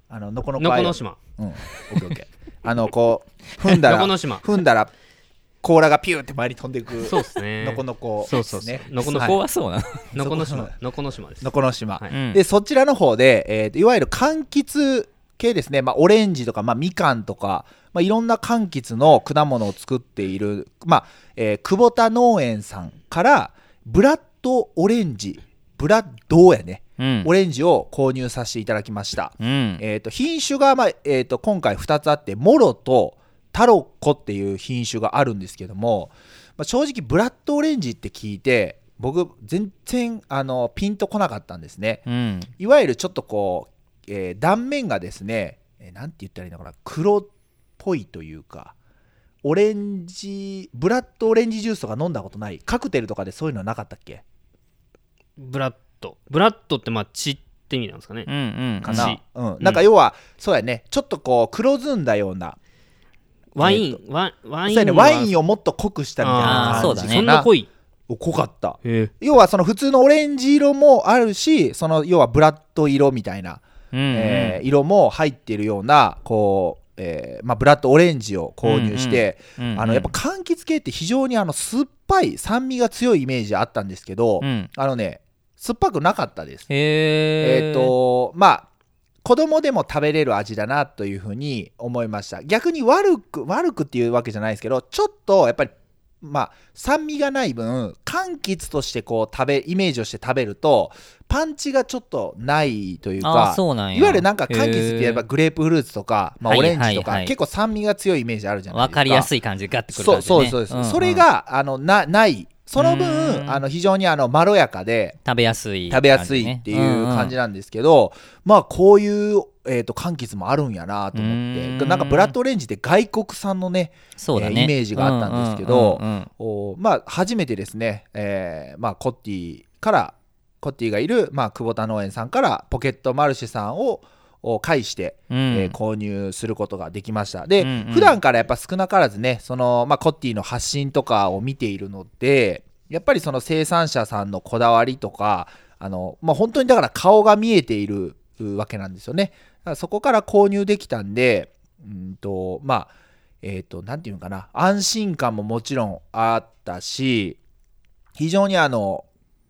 あののこのこのこの島、 うん、オッケーオッケーあのこう踏んだらのこの島踏んだら甲羅がピューって前に飛んでいくそうですねのこのこそうそうそうのこのこはそうなのこの島のこの島ですのこの島、 はい、 でそちらの方で、えー、いわゆる柑橘系ですね、まあ、オレンジとか、まあ、みかんとか、まあ、いろんな柑橘の果物を作っている、まあえー、久保田農園さんからブラッドオレンジブラッドやね、うん、オレンジを購入させていただきました、うんえー、と品種が、まあえー、と今回ふたつあってモロとタロッコっていう品種があるんですけども、まあ、正直ブラッドオレンジって聞いて僕全然あのピンとこなかったんですね、うん、いわゆるちょっとこう、えー、断面がですね、えー、なんて言ったらいいのかな黒っぽいというかオレンジブラッドオレンジジュースとか飲んだことない？カクテルとかでそういうのはなかったっけ？ ブラッドブラッドってまあ血って意味なんですかね、 うんうん、 かな、うん、なんか要は、うん、そうやねちょっとこう黒ずんだようなワイン、えー、ワ, ワインそうやねワインをもっと濃くしたみたいな感じ。 そうだね。 そんな濃い？ 濃かった。要はその普通のオレンジ色もあるし、その要はブラッド色みたいな、うんうんえー、色も入っているようなこう、えーまあ、ブラッドオレンジを購入して、うんうん、あのやっぱ柑橘系って非常にあの酸っぱい酸味が強いイメージあったんですけど、うん、あのね酸っぱくなかったです。 へー。 えーとまあ子供でも食べれる味だなというふうに思いました。逆に悪く悪くっていうわけじゃないですけどちょっとやっぱりまあ酸味がない分柑橘としてこう食べイメージをして食べるとパンチがちょっとないというかあそうなんやいわゆるなんか柑橘って言えばグレープフルーツとか、まあ、オレンジとか、はいはいはい、結構酸味が強いイメージあるじゃないですか。 分かりやすい感じがガッてくる感じ、ね、 そうそうです、うんうん、それがあの な, ないその分あの非常にあのまろやかで食べやすい、 ね、食べやすいっていう感じなんですけど、うんうん、まあこういう、えー、と柑橘もあるんやなと思ってなんかブラッドオレンジって外国産のね、 そうだね、 えー、イメージがあったんですけど、うんうんうんおまあ初めてですね、えーまあ、コッティからコッティがいる、まあ、久保田農園さんからポケットマルシェさんをを介して、うんえー、購入することができました。で、うんうん、普段からやっぱ少なからずねその、まあ、コッティの発信とかを見ているのでやっぱりその生産者さんのこだわりとかあの、まあ、本当にだから顔が見えているわけなんですよね。だからそこから購入できたんでうんとまあえっとなんていうのかな安心感ももちろんあったし非常にあの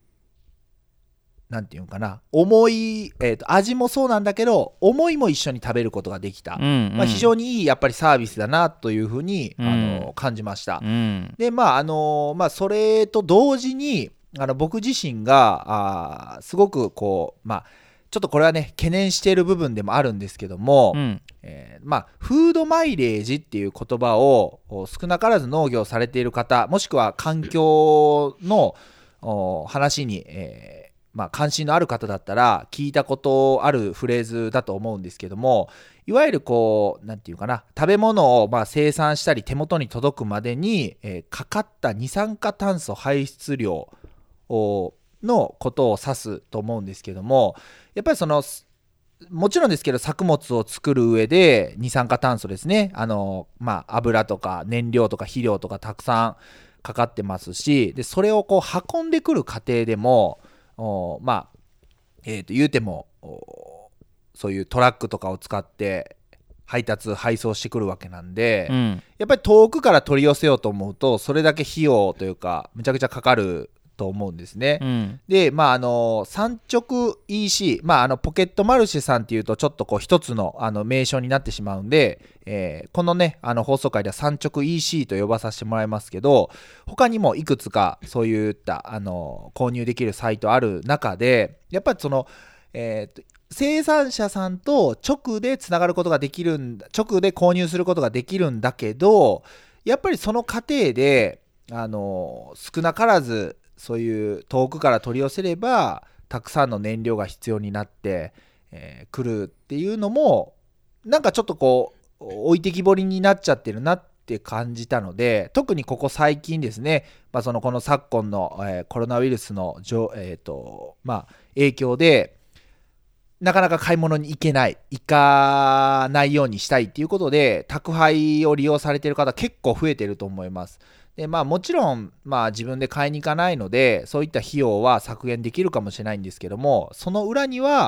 なんていうのかな重い、えーと、味もそうなんだけど思いも一緒に食べることができた、うんうんまあ、非常にいいやっぱりサービスだなというふうに、うん、あの感じました、うん、でまああのまあそれと同時にあの僕自身があすごくこうまあちょっとこれはね懸念している部分でもあるんですけども、うんえー、まあフードマイレージっていう言葉を少なからず農業されている方もしくは環境の話に、えーまあ、関心のある方だったら聞いたことあるフレーズだと思うんですけどもいわゆるこうなんていうかな食べ物をまあ生産したり手元に届くまでに、えー、かかった二酸化炭素排出量のことを指すと思うんですけどもやっぱりそのもちろんですけど作物を作る上で二酸化炭素ですねあの、まあ、油とか燃料とか肥料とかたくさんかかってますしでそれをこう運んでくる過程でもおまあえー、と言うてもそういうトラックとかを使って配達配送してくるわけなんで、うん、やっぱり遠くから取り寄せようと思うとそれだけ費用というかむちゃくちゃかかると思うんですね、うん、でまああの産直 イーシー、まあ、あのポケットマルシェさんっていうとちょっとこう一つのあの名称になってしまうんで、えー、このねあの放送回では産直 イーシー と呼ばさせてもらいますけど他にもいくつかそういったあの購入できるサイトある中でやっぱりその、えー、生産者さんと直でつながることができるんだ直で購入することができるんだけどやっぱりその過程であの少なからずそういう遠くから取り寄せればたくさんの燃料が必要になってく、えー、るっていうのもなんかちょっとこう置いてきぼりになっちゃってるなって感じたので特にここ最近ですね、まあ、そのこの昨今の、えー、コロナウイルスの、えーとまあ、影響でなかなか買い物に行けない行かないようにしたいっていうことで宅配を利用されている方結構増えてると思います。でまあ、もちろん、まあ、自分で買いに行かないのでそういった費用は削減できるかもしれないんですけどもその裏には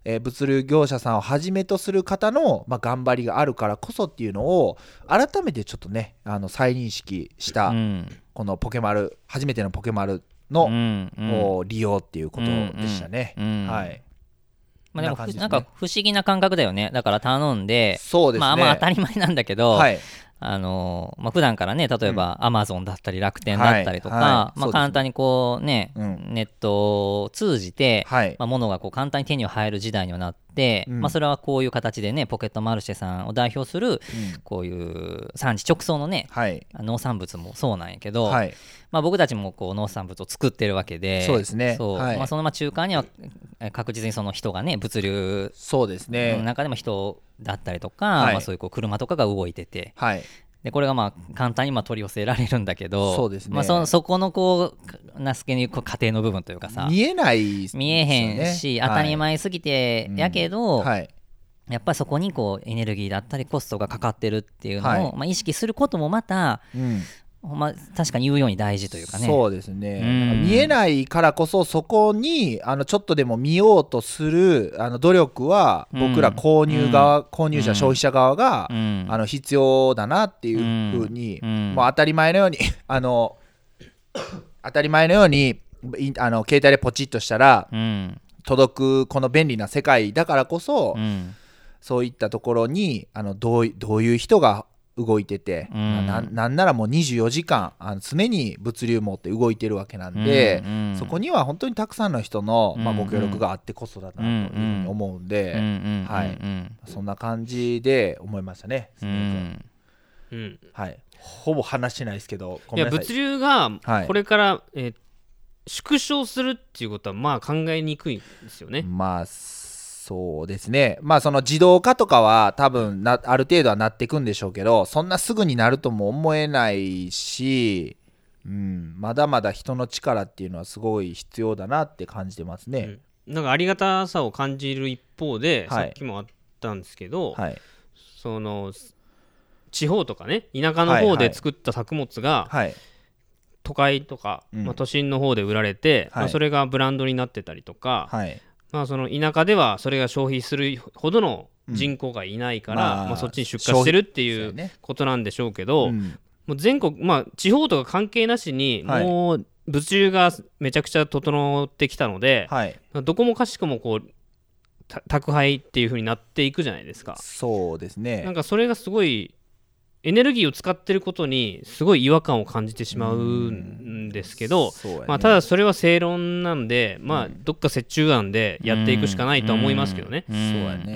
えー、物流業者さんをはじめとする方の、まあ、頑張りがあるからこそっていうのを改めてちょっとねあの再認識した、うん、このポケマル初めてのポケマルの、うんうん、利用っていうことでしたね、うんうんうん、はい。 まあ、でもな、ね、なんか不思議な感覚だよね。だから頼んで、そうですね、まあ、まあ当たり前なんだけど、はい、あのまあ、普段からね、例えばアマゾンだったり楽天だったりとか、はいはい、まあ、簡単にこうね、うん、ネットを通じて、はい、まあ、物がこう簡単に手に入る時代にはなって、うん、まあ、それはこういう形でね、ポケットマルシェさんを代表する、うん、こういう産地直送のね、はい、農産物もそうなんやけど、はい、まあ、僕たちもこう農産物を作ってるわけで、 そうですね、 そう、はい、まあ、そのまあ中間には確実にその人がね、物流そうですねの中でも人だったりとか、はい、まあ、そういうこう車とかが動いてて、はい、でこれがまあ簡単にまあ取り寄せられるんだけど、 そうですね、 まあ、そ, そこのこう那須家にこう家庭の部分というかさ、 見えないですよね、 見えへんし、当たり前すぎてやけど、はい、うん、はい、やっぱりそこにこうエネルギーだったりコストがかかってるっていうのを、はい、まあ、意識することもまた、うん、まあ、確かに言うように大事というかね。 そうですね、うん、なんか見えないからこそそこにあのちょっとでも見ようとするあの努力は僕ら購入側、うん、購入者、うん、消費者側が、うん、あの必要だなっていうふうに、うん、もう当たり前のようにあの当たり前のようにあの携帯でポチッとしたら、うん、届くこの便利な世界だからこそ、うん、そういったところにあのどう、どういう人が動いてて、うん、まあ、な, なんならもうにじゅうよじかんあの常に物流網って動いてるわけなんで、うんうん、そこには本当にたくさんの人の、まあ、ご協力があってこそだなというふうに思うんで、はい、そんな感じで思いましたね、うんうん、はい、ほぼ話してないですけどごめんなさい。 いや物流がこれから、はい、えー、縮小するっていうことはまあ考えにくいんですよね。 まあそうですね、まあその自動化とかは多分なある程度はなっていくんでしょうけど、そんなすぐになるとも思えないし、うん、まだまだ人の力っていうのはすごい必要だなって感じてますね、 うん、なんかありがたさを感じる一方で、はい、さっきもあったんですけど、はい、その地方とかね田舎の方で作った作物が、はいはい、都会とか、うん、まあ、都心の方で売られて、はい、まあ、それがブランドになってたりとか、はい、まあ、その田舎ではそれが消費するほどの人口がいないから、うん、まあまあ、そっちに出荷してるっていうことなんでしょうけど、うん、もう全国、まあ、地方とか関係なしに、はい、もう物流がめちゃくちゃ整ってきたので、はい、どこもかしこもこう宅配っていう風になっていくじゃないですか。 そうですね。 なんかそれがすごいエネルギーを使ってることにすごい違和感を感じてしまうんですけど、ね、まあ、ただそれは正論なんで、まあ、どっか折衷案でやっていくしかないとは思いますけどね。 そうやね、うん、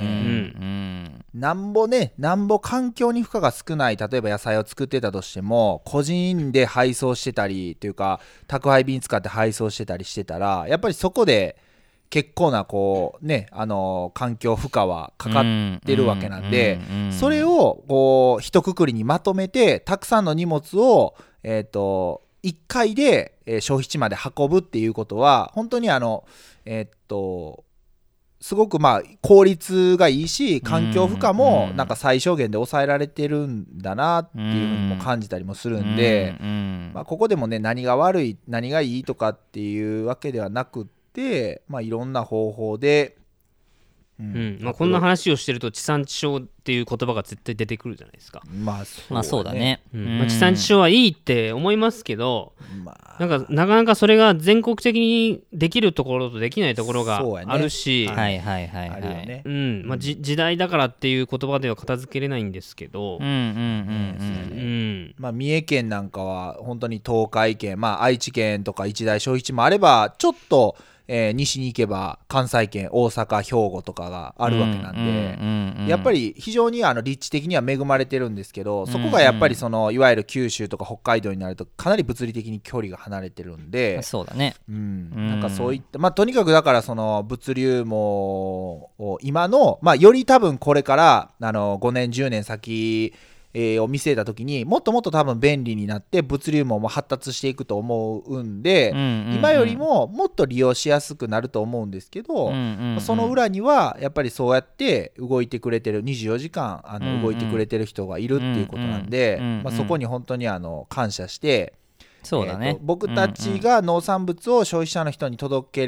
なんぼねなんぼ環境に負荷が少ない例えば野菜を作ってたとしても個人で配送してたりというか宅配便使って配送してたりしてたらやっぱりそこで結構なこうねあの環境負荷はかかってるわけなんで、それをこう一括りにまとめてたくさんの荷物をえっといっかいで消費地まで運ぶっていうことは本当にあのえっとすごくまあ効率がいいし環境負荷もなんか最小限で抑えられてるんだなっていうふうにも感じたりもするんで、まあここでもね何が悪い何がいいとかっていうわけではなくてでまあ、いろんな方法で、 うんうんまあ、こんな話をしてると地産地消っていう言葉が絶対出てくるじゃないですか。 まあそうだね、まあそうだね、 うんまあ、地産地消はいいって思いますけど、まあ、なんかなかなかそれが全国的にできるところとできないところがあるし、 はいはいはいはい、 うんまあ、じ時代だからっていう言葉では片付けれないんですけど、うんうんうんうんまあ、三重県なんかは本当に東海県、まあ、愛知県とか一大消費地もあればちょっとえー、西に行けば関西圏大阪兵庫とかがあるわけなんで、うんうんうん、やっぱり非常にあの立地的には恵まれてるんですけど、そこがやっぱりそのいわゆる九州とか北海道になるとかなり物理的に距離が離れてるんで、 そうだね、 うん、なんかそういったまあとにかくだからその物流網を今のまあより多分これからあのごねんじゅうねん先えー、を見据えた時にもっともっと多分便利になって物流網も発達していくと思うんで、うんうんうん、今よりももっと利用しやすくなると思うんですけど、うんうんうん、その裏にはやっぱりそうやって動いてくれてるにじゅうよじかんあの動いてくれてる人がいるっていうことなんで、うんうんまあ、そこに本当にあの感謝して、 そうだね、 えー、僕たちが農産物を消費者の人に届けれ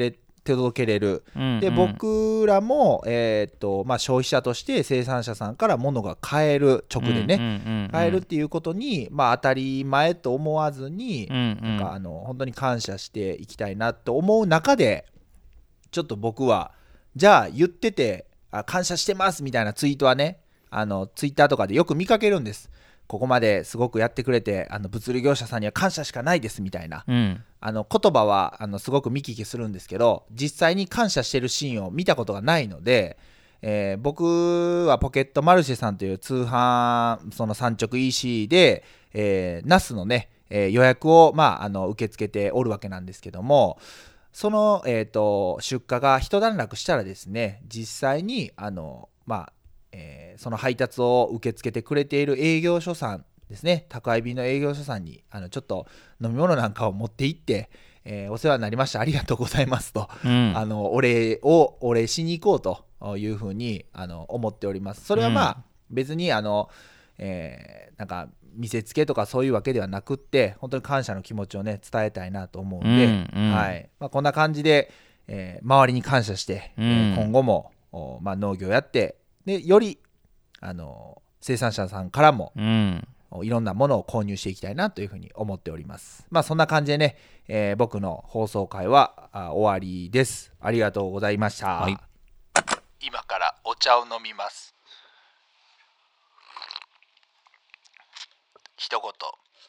届けれる、うんうん、で僕らも、えーっとまあ、消費者として生産者さんから物が買える直でね、うんうんうんうん、買えるっていうことに、まあ、当たり前と思わずに、うんうん、なんかあの本当に感謝していきたいなと思う中でちょっと僕はじゃあ言っててあ感謝してますみたいなツイートはねあのツイッターとかでよく見かけるんです。ここまですごくやってくれてあの物流業者さんには感謝しかないですみたいな、うん、あの言葉はあのすごく見聞きするんですけど実際に感謝してるシーンを見たことがないので、えー、僕はポケットマルシェさんという通販その産直 イーシー で、えー、ナスのね、えー、予約を、まあ、あの受け付けておるわけなんですけどもその、えーと、出荷が一段落したらですね実際にあのまあえー、その配達を受け付けてくれている営業所さんですね宅配便の営業所さんにあのちょっと飲み物なんかを持って行って、えー、お世話になりましたありがとうございますと、うん、あのお礼をお礼しに行こうというふうにあの思っております。それはまあ、うん、別にあの、えー、なんか見せつけとかそういうわけではなくって本当に感謝の気持ちをね伝えたいなと思うんで、うんうんはいまあ、こんな感じで、えー、周りに感謝して、うんえー、今後も、まあ、農業やってでよりあの生産者さんからも、うん、いろんなものを購入していきたいなというふうに思っております。まあそんな感じでね、えー、僕の放送回はあ終わりです。ありがとうございました、はい、今からお茶を飲みます。一言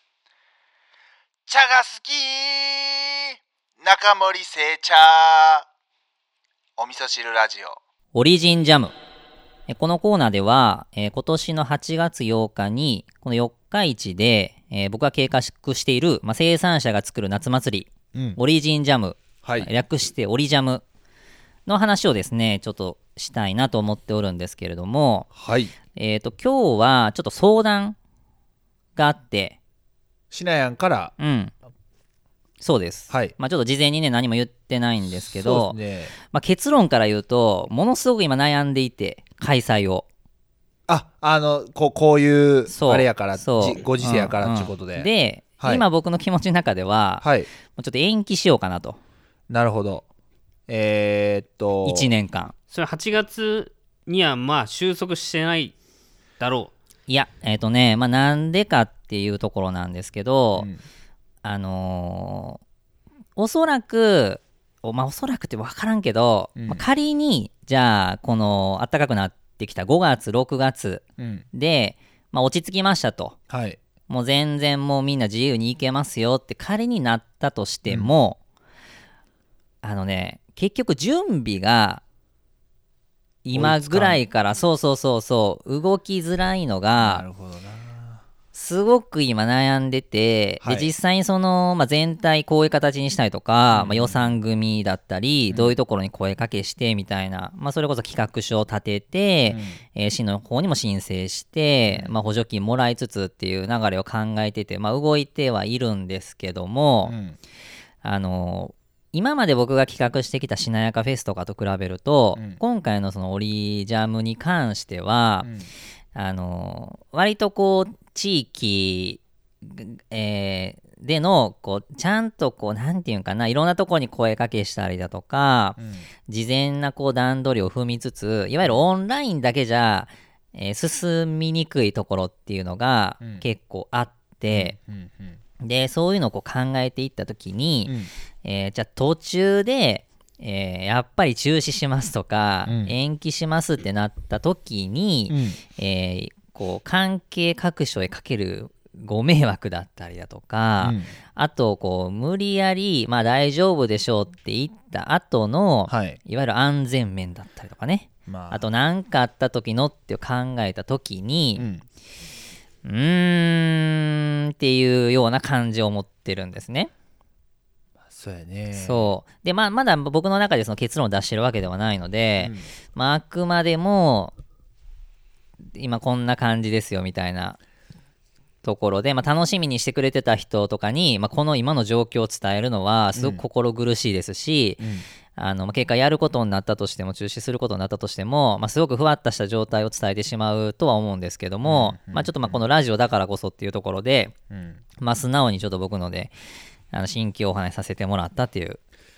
茶が好き中森製茶お味噌汁ラジオオリジンジャム。このコーナーでは、えー、今年のはちがつようかに、この四日市で、えー、僕が計画している、まあ、生産者が作る夏祭り、うん、オリジンジャム、はい、略してオリジャムの話をですね、ちょっとしたいなと思っておるんですけれども、はい、えっと、今日はちょっと相談があって、 しなやんから、 うん。そうです、はいまあ、ちょっと事前にね何も言ってないんですけど、ねまあ、結論から言うとものすごく今悩んでいて開催をああのこう、こういうあれやからご時世やからっていうことで、 うんうん、で、はい、今僕の気持ちの中では、はい、もうちょっと延期しようかなと。 なるほど。えー、っといちねんかんそれはちがつにはまあ収束してないだろう。いやえー、っとねまあなんでかっていうところなんですけど、うんあのー、おそらくお,、まあ、おそらくって分からんけど、うんまあ、仮にじゃあこの暖かくなってきたごがつろくがつで、うんまあ、落ち着きましたと、はい、もう全然もうみんな自由に行けますよって仮になったとしても、うん、あのね結局準備が今ぐらいからそうそうそうそう動きづらいのがなるほどなすごく今悩んでて、はい、で実際にその、まあ、全体こういう形にしたいとか、うんまあ、予算組だったり、うん、どういうところに声かけしてみたいな、まあ、それこそ企画書を立てて、うんえー、市の方にも申請して、うんまあ、補助金もらいつつっていう流れを考えてて、まあ、動いてはいるんですけども、うん、あの今まで僕が企画してきたしなやかフェスとかと比べると、うん、今回のそのオリジャムに関しては、うんあの割とこう地域、えー、でのこうちゃんとこうなんていうんかないろんなところに声かけしたりだとか、うん、事前なこう段取りを踏みつついわゆるオンラインだけじゃ、えー、進みにくいところっていうのが結構あって、うんうんうん、でそういうのをこう考えていった時に、うんえー、じゃあ途中でえー、やっぱり中止しますとか、うん、延期しますってなった時に、うんえー、こう関係各所へかけるご迷惑だったりだとか、うん、あとこう無理やり、まあ、大丈夫でしょうって言った後の、はい、いわゆる安全面だったりとかね、まあ、あと何かあった時のって考えた時に、うん、うーんっていうような感じを持ってるんですね。 そうやね。 そうで、まあ、まだ僕の中でその結論を出してるわけではないので、うんまあ、あくまでも今こんな感じですよみたいなところで、まあ、楽しみにしてくれてた人とかに、まあ、この今の状況を伝えるのはすごく心苦しいですし、うんうんあのまあ、結果やることになったとしても中止することになったとしても、まあ、すごくふわっとした状態を伝えてしまうとは思うんですけども、うんうんまあ、ちょっとまあこのラジオだからこそっていうところで、うんまあ、素直にちょっと僕のであの新規お話しさせてもらったっていう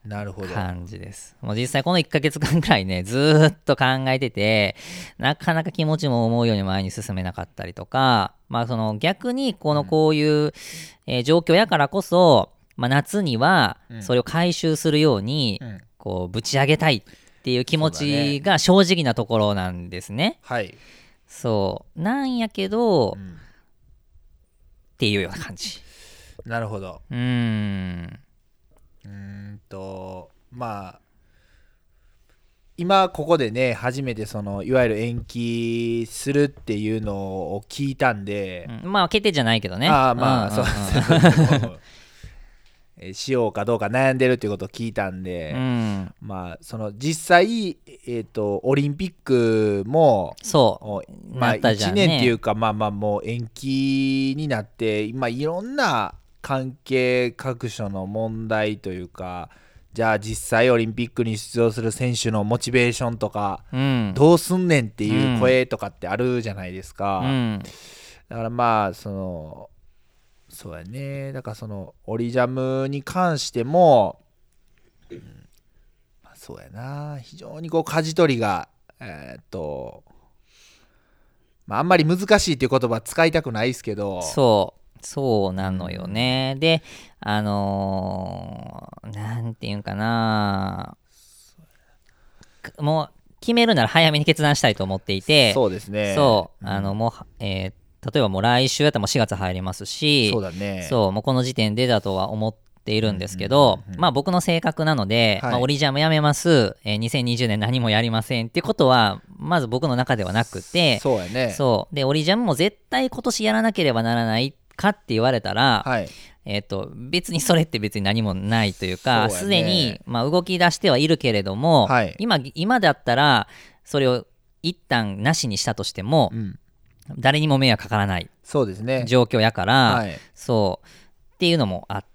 なるほど感じです。もう実際このいっかげつかんくらいねずーっと考えてて、なかなか気持ちも思うように前に進めなかったりとか、まあその逆にこのこういう、うんえー、状況やからこそ、まあ、夏にはそれを回収するように、うん、こうぶち上げたいっていう気持ちが正直なところなんですね。 はい。 そうなんやけど、うん、っていうような感じ。 なるほど。 うーん。 うーんとまあ今ここでね初めてそのいわゆる延期するっていうのを聞いたんで、 うん、まあ決定じゃないけどね。 ああまあ、うんうんうん、そうしようかどうか悩んでるっていうことを聞いたんで、うん、まあその実際、えーと、オリンピックもそうまあいちねんっていうか、まあまあもう延期になって今いろんな関係各所の問題というか、じゃあ実際オリンピックに出場する選手のモチベーションとか、うん、どうすんねんっていう声とかってあるじゃないですか、うん、だからまあそのそうやね、だからそのオリジャムに関しても、うんまあ、そうやな非常にこう舵取りがえー、っとまああんまり難しいっていう言葉使いたくないですけど、 そうそうなのよね、うん、であのー、なんていうんかなもう決めるなら早めに決断したいと思っていて、 そうですねそう、うん、あのもうえー例えばもう来週やったらもうしがつ入りますし、 そうだね、 そうもうこの時点でだとは思っているんですけど、うんうんうん、まあ僕の性格なので、はいまあ、オリジャムやめます、えー、にせんにじゅうねん何もやりませんってことはまず僕の中ではなくて、 そうやね、 そうでオリジャムも絶対今年やらなければならないかって言われたら、はいえー、と別にそれって別に何もないというか、すで、ね、に、まあ、動き出してはいるけれども、はい、今, 今だったらそれを一旦なしにしたとしても、うん誰にも迷惑かからないそうですね状況やから、はい、そうっていうのもあって、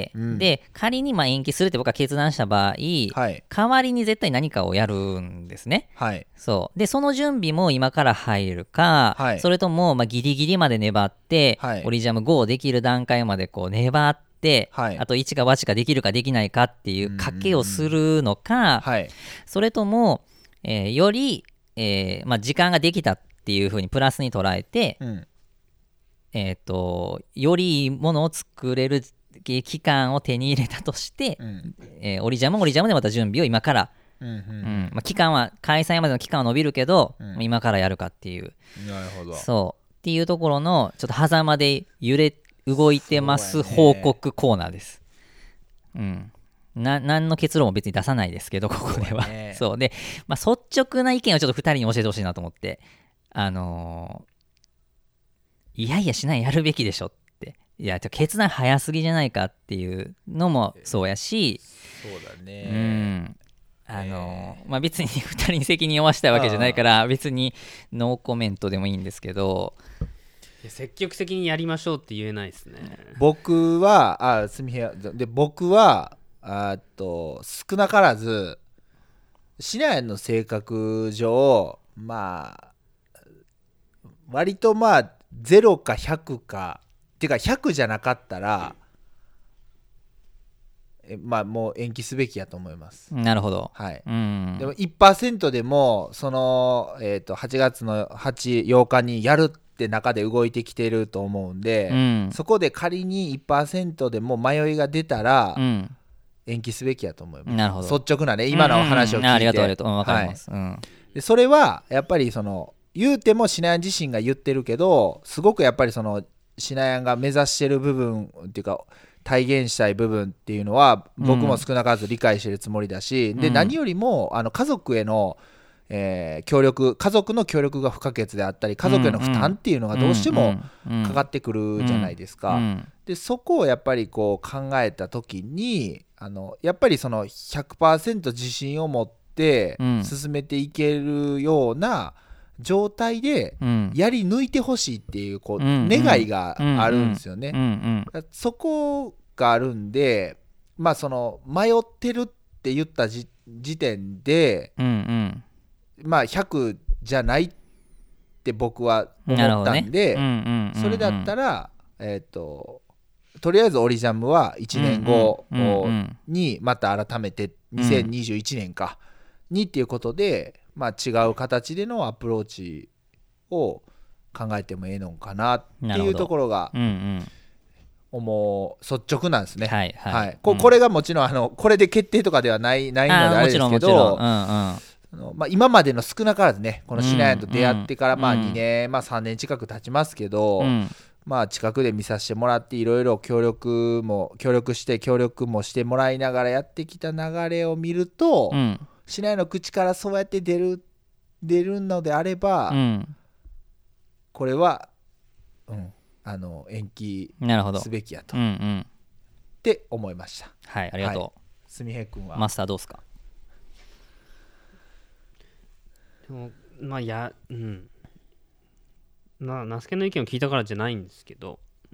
うん、で仮にまあ延期するって僕は決断した場合、はい、代わりに絶対何かをやるんですね、はい、そうでその準備も今から入るか、はい、それともまあギリギリまで粘って、はい、オリジャム ゴー できる段階までこう粘って、はい、あと一か八かできるかできないかっていう賭けをするのか、はい、それとも、えー、より、えーまあ、時間ができたっていう風にプラスに捉えて、うんえー、とよりいいものを作れる期間を手に入れたとして、うんえー、オリジャムオリジャムでまた準備を今から、うんうんうんまあ、期間は開催までの期間は伸びるけど、うん、今からやるかっていうなるほどそうっていうところのちょっと狭間で揺れ動いてます報告コーナーです。うんな何の結論も別に出さないですけどここではそう、ねそうで、まあ、率直な意見をちょっとふたりに教えてほしいなと思ってあのー、いやいやしないやるべきでしょっていや決断早すぎじゃないかっていうのもそうやしそうだねうんあのーまあ、別にふたりに責任を負わしたいわけじゃないから別にノーコメントでもいいんですけど積極的にやりましょうって言えないですね。 僕はあすみへで僕はあと少なからずシナヤンの性格上まあ割とまあゼロかひゃくかってかひゃくじゃなかったらえまあもう延期すべきやと思います。 なるほど、 はい、うんでも いちパーセント でもその、えー、とはちがつのはち、ようかにやるって中で動いてきてると思うんで、うん、そこで仮に いちパーセント でも迷いが出たら、うん、延期すべきやと思います。 なるほど率直なね今の話を聞いて、うんうん、 ありがとうありがとう分かります、 はいうん、でそれはやっぱりその言うてもシナヤン自身が言ってるけどすごくやっぱりそのシナヤンが目指してる部分っていうか体現したい部分っていうのは僕も少なからず理解してるつもりだし、うん、で何よりもあの家族への、えー、協力家族の協力が不可欠であったり家族への負担っていうのがどうしてもかかってくるじゃないですか、うんうん、でそこをやっぱりこう考えた時にあのやっぱりその ひゃくパーセント 自信を持って進めていけるような状態でやり抜いてほしいっていうこう願いがあるんですよね。そこがあるんでまあその迷ってるって言った時点でまあひゃくじゃないって僕は思ったんでそれだったらえっととりあえずオリジャムはいちねんごにまた改めてにせんにじゅういちねんかにっていうことで、まあ、違う形でのアプローチを考えてもええのかなっていうところが思う率直なんですね。 はいはいはい、 こ, これがもちろんあのこれで決定とかではないないのであれですけど、まあ、今までの少なからずねこのシナヤンと出会ってからまあにねん、まあ、さんねん近く経ちますけど、うんまあ、近くで見させてもらっていろいろ協力も協力して協力もしてもらいながらやってきた流れを見ると、うん、シナヤンの口からそうやって出る出るのであれば、うん、これは、うん、あの延期すべきやと、うんうん、って思いました。 はいありがとう。 すみへい君はマスターどうですか？ でもまあやうんまあ、ナスケの意見を聞いたからじゃないんですけど、うん、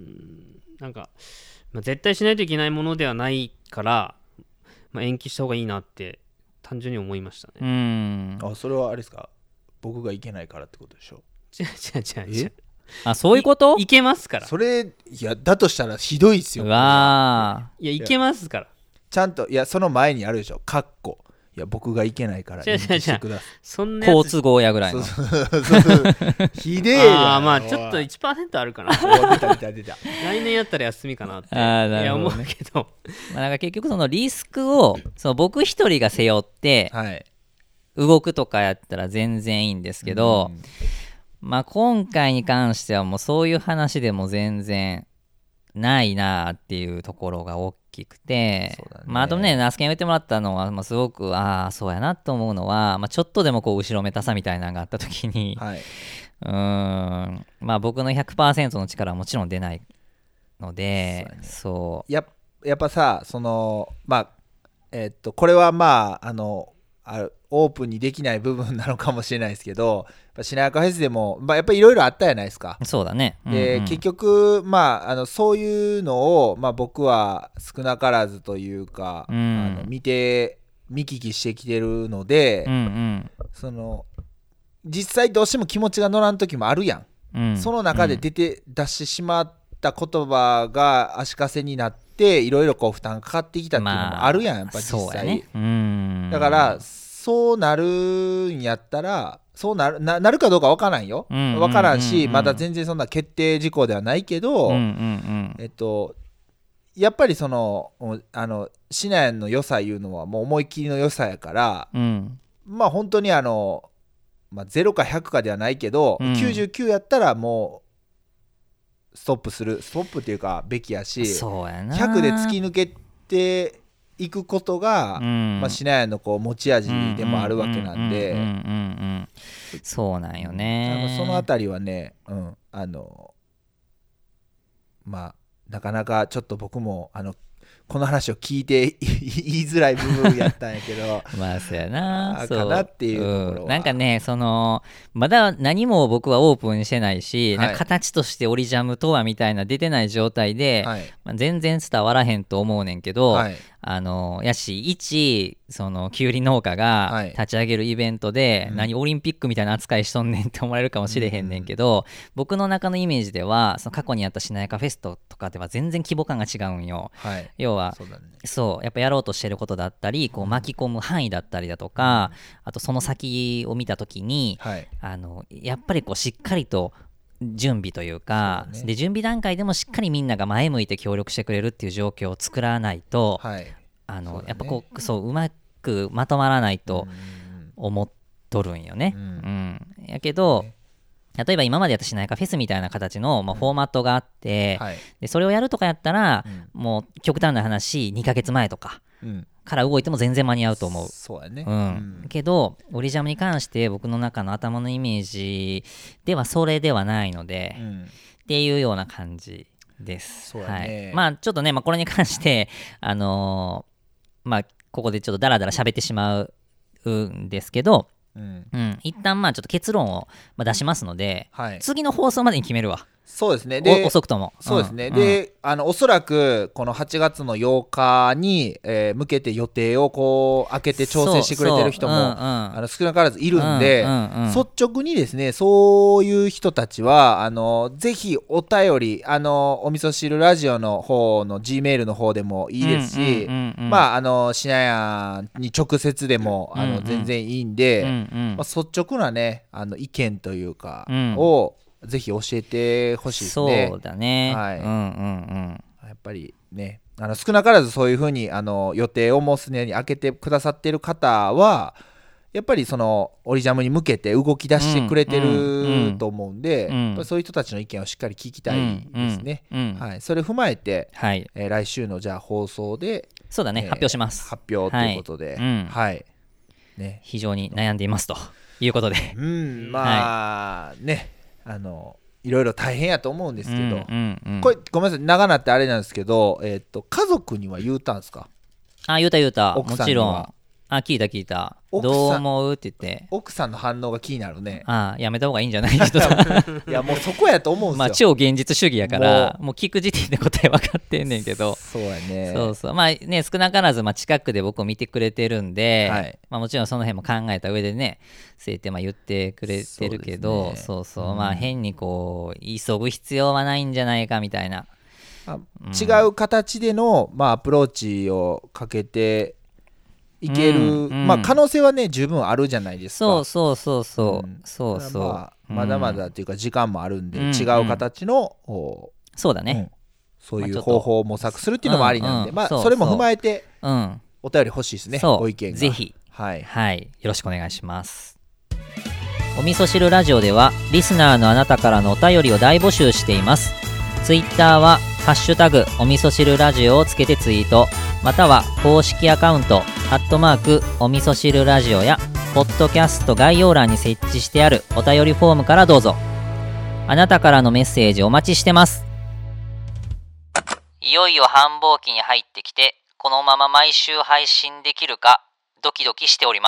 なんか、まあ、絶対しないといけないものではないから、まあ、延期した方がいいなって単純に思いましたね。うんあそれはあれですか僕がいけないからってことでしょ？ 違う違う違う違うあそういうこと？ い, いけますからそれいやだとしたらひどいですよ。 うわいやいけますからちゃんといやその前にあるでしょカッコいや僕がいけないから延期してください。 そんな交通合やぐらいのひでえやあまあちょっと いちパーセント あるかな出た出た出た来年やったら休みかなってあなるほど、ね、 いや思うけどまあなんか結局そのリスクをその僕一人が背負って動くとかやったら全然いいんですけど、うんまあ今回に関してはもうそういう話でも全然ないなっていうところが大きくて、ね、まああとねナスケン言ってもらったのは、まあ、すごくああそうやなと思うのは、まあ、ちょっとでもこう後ろめたさみたいなのがあった時に、はい、うーんまあ僕の ひゃくパーセント の力はもちろん出ないので そう、ね、そうや、やっぱさそのまあえー、っとこれはまああのあオープンにできない部分なのかもしれないですけどシナヤカフェスでも、まあ、やっぱりいろいろあったじゃないですか。 そうだね、 うんうん、で結局、まあ、あのそういうのを、まあ、僕は少なからずというか、うん、あの見て見聞きしてきてるので、うんうん、その実際どうしても気持ちが乗らん時もあるやん、うん、その中で出て、うん、出してしまった言葉が足かせになっていろいろこう負担かかってきたっていうのもあるやん、まあ、やっぱ実際そうやね、うんだからそうなるんやったらそうなる、な、なるかどうか分からんよ、うんうんうんうん、分からんしまだ全然そんな決定事項ではないけど、うんうんうん、えっとやっぱりそのあのシナヤンの良さいうのはもう思い切りの良さやから、うん、まあ本当にあの、まあ、ゼロかひゃくかではないけど、うん、きゅうじゅうきゅうやったらもうストップするストップっていうかべきやしそうやなひゃくで突き抜けていくことが、うんまあ、シナヤンのこう持ち味でもあるわけなんでそうなんよね。 そのあたりはね、うん、あのまあなかなかちょっと僕もあのこの話を聞いて言いづらい部分やったんやけどまあそうやなそうかなっていうところは、 うん、なんかねそのまだ何も僕はオープンしてないし、はい、なんか形としてオリジャムとはみたいな出てない状態で、はいまあ、全然伝わらへんと思うねんけど、はい、あのやし一そのきゅうり農家が立ち上げるイベントで、はい、何オリンピックみたいな扱いしとんねんって思われるかもしれへんねんけど、うん、僕の中のイメージではその過去にあったしなやかフェストとかでは全然規模感が違うんよ、はい、要はそうだね、そうやっぱやろうとしてることだったりこう巻き込む範囲だったりだとか、うん、あとその先を見た時に、はい、あのやっぱりこうしっかりと準備というかう、ね、で準備段階でもしっかりみんなが前向いて協力してくれるっていう状況を作らないと、はい、あの、ね、やっぱこうそううまくまとまらないと思っとるんよね、うんうん、やけど、ね例えば今までやったしなやかフェスみたいな形の、まあ、フォーマットがあって、うんはい、でそれをやるとかやったら、うん、もう極端な話にかげつまえとかから動いても全然間に合うと思う。 そうやね、 うんうん、けどオリジャムに関して僕の中の頭のイメージではそれではないので、うん、っていうような感じです。 そうやね、 はい、まあちょっとね、まあ、これに関してあのー、まあここでちょっとダラダラ喋ってしまうんですけどうんうん、一旦まあちょっと結論を出しますので、はい、次の放送までに決めるわ。 そうですね。で遅くとも。 そうですね。うん、で、うん、あのおそらくこのはちがつのようかに、えー、向けて予定をこう開けて調整してくれてる人も、うんうん、あの少なからずいるんで、うんうんうん、率直にですね、そういう人たちはあのぜひお便り、あのお味噌汁ラジオの方の G メールの方でもいいですし、うんうんうんうん、まああのしなやに直接でもあの、うんうん、全然いいんで、うんうんまあ、率直なねあの意見というかを、うんぜひ教えてほしいですね。 そうだね。 はい。 うんうんうん。 やっぱりね、あの少なからずそういう風にあの予定をもうすでに開けてくださっている方は、やっぱりそのオリジャムに向けて動き出してくれてると思うんで、うんうんうん、そういう人たちの意見をしっかり聞きたいですね。うんうんうん、はい。それを踏まえて、はいえー、来週のじゃあ放送で、 そうだね、えー、発表します。 発表ということで、はい。うんはい、ね、 非常に悩んでいますということで、 うん、まあ、はい、ね。あのいろいろ大変やと思うんですけど、うんうんうん、これごめんなさい長なってあれなんですけど、えー、っと家族には言うたんですか？ あ言うた言うたもちろんあ聞いた聞いたどう思うって言って奥さんの反応が気になるね。 あやめた方がいいんじゃない人いやもうそこやと思うんですよ。 まあ超現実主義やからもう聞く時点で答え分かってんねんけどそうやねそうそうまあね少なからずまあ近くで僕を見てくれてるんで、はいまあ、もちろんその辺も考えた上でねそうやってまあ言ってくれてるけどそう、ね、そうそう、うん、まあ変にこう急ぐ必要はないんじゃないかみたいな、 うん、違う形での、まあ、アプローチをかけていける、うんうん、まあ可能性はね十分あるじゃないですか。 そうそうそうそう、うん、そうそう、 まあ、まだまだっていうか時間もあるんで、うん、違う形の、うん、 そうだね、 うん、そういう方法を模索するっていうのもありなんで、まあ、うんうん、まあそれも踏まえて、うん、お便り欲しいですね。ご意見がぜひ、はい、はい、よろしくお願いします。お味噌汁ラジオではリスナーのあなたからのお便りを大募集しています。ツイッターはハッシュタグお味噌汁ラジオをつけてツイートまたは公式アカウントアットマークお味噌汁ラジオやポッドキャスト概要欄に設置してあるお便りフォームからどうぞ。あなたからのメッセージお待ちしてます。 いよいよ繁忙期に入ってきてこのまま毎週配信できるかドキドキしております。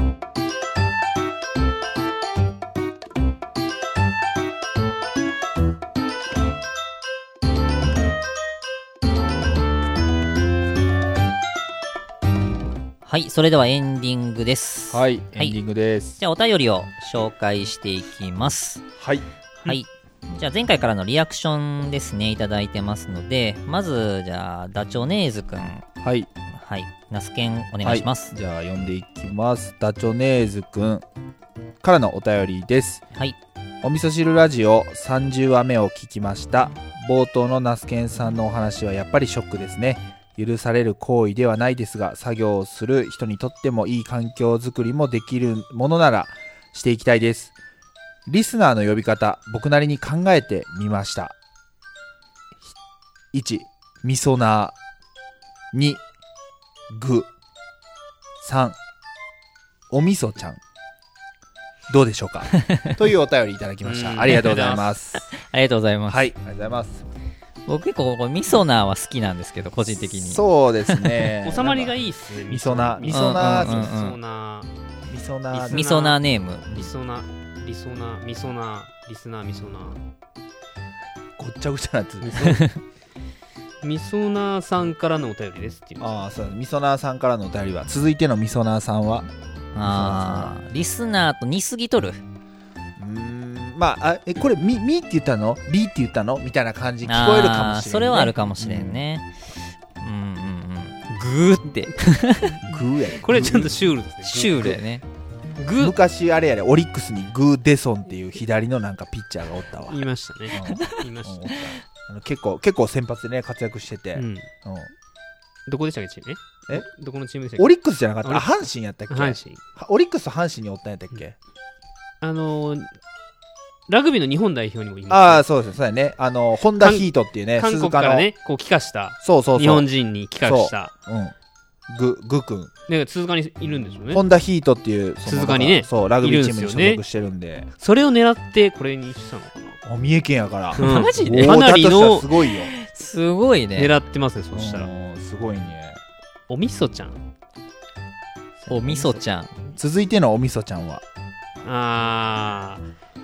はい、それではエンディングです。 はい、エンディングです。 じゃあお便りを紹介していきます。 はい。 はい。じゃあ前回からのリアクションですね、いただいてますので、まずじゃあダチョネーズくん。 はい。 はい。ナスケンお願いします。 はい、じゃあ読んでいきます。ダチョネーズくんからのお便りです。 はい。 お味噌汁ラジオさんじゅうわめを聞きました。冒頭のナスケンさんのお話はやっぱりショックですね。許される行為ではないですが、作業をする人にとってもいい環境づくりもできるものならしていきたいです。リスナーの呼び方、僕なりに考えてみました。いち、みそなー。に、ぐ。さん、おみそちゃん。どうでしょうかというお便りいただきました。ありがとうございます。 ありがとうございます。 はい、ありがとうございます。 僕結構こミソナーは好きなんですけど個人的にそうですね収まりがいいっすね。 ミソナミソナミソナミソナミソナーネームリソナリソナミソナリスナーミソナごっちゃごちゃなやつミソナさんからのお便りですっていう。 ああそうミソナさんからのお便りは続いてのミソナさんはああリスナーと似すぎとる。 まあ、あえこれみみって言ったのリって言ったのみたいな感じ聞こえるかもしれない、ね、 それはあるかもしれんね、うん、うんうんうんグーってグーやねこれちゃんとシュールですね。 シュールやね。 グー昔あれやねオリックスにグーデソンっていう左のなんかピッチャーがおったわ。 言いましたね、うん、言いました、ね、 あの結構結構先発でね活躍してて、うんうん、 どこでしたっけチームえどこのチームでしたっけ。 オリックスじゃなかった。あ阪神やったっけ。 阪神オリックスと阪神におったんやったっけ、 うん、あのーラグビーの日本代表にもいます、ね、 ああそうですそうやね。あのホンダヒートっていうね韓国からねこう帰化したそうそうそう日本人に帰化したうんググ君ね鈴鹿にいるんですよね。 ホンダヒートっていう鈴鹿にねそうラグビーチームに所属してるんで、ね、 それを狙ってこれにしたのかな。 三重県やから、 うん、マジでかなりのすごいよ。 すごいね。 狙ってますね。そしたらすごいね。 おみそちゃんおみそちゃん続いてのおみそちゃんはあー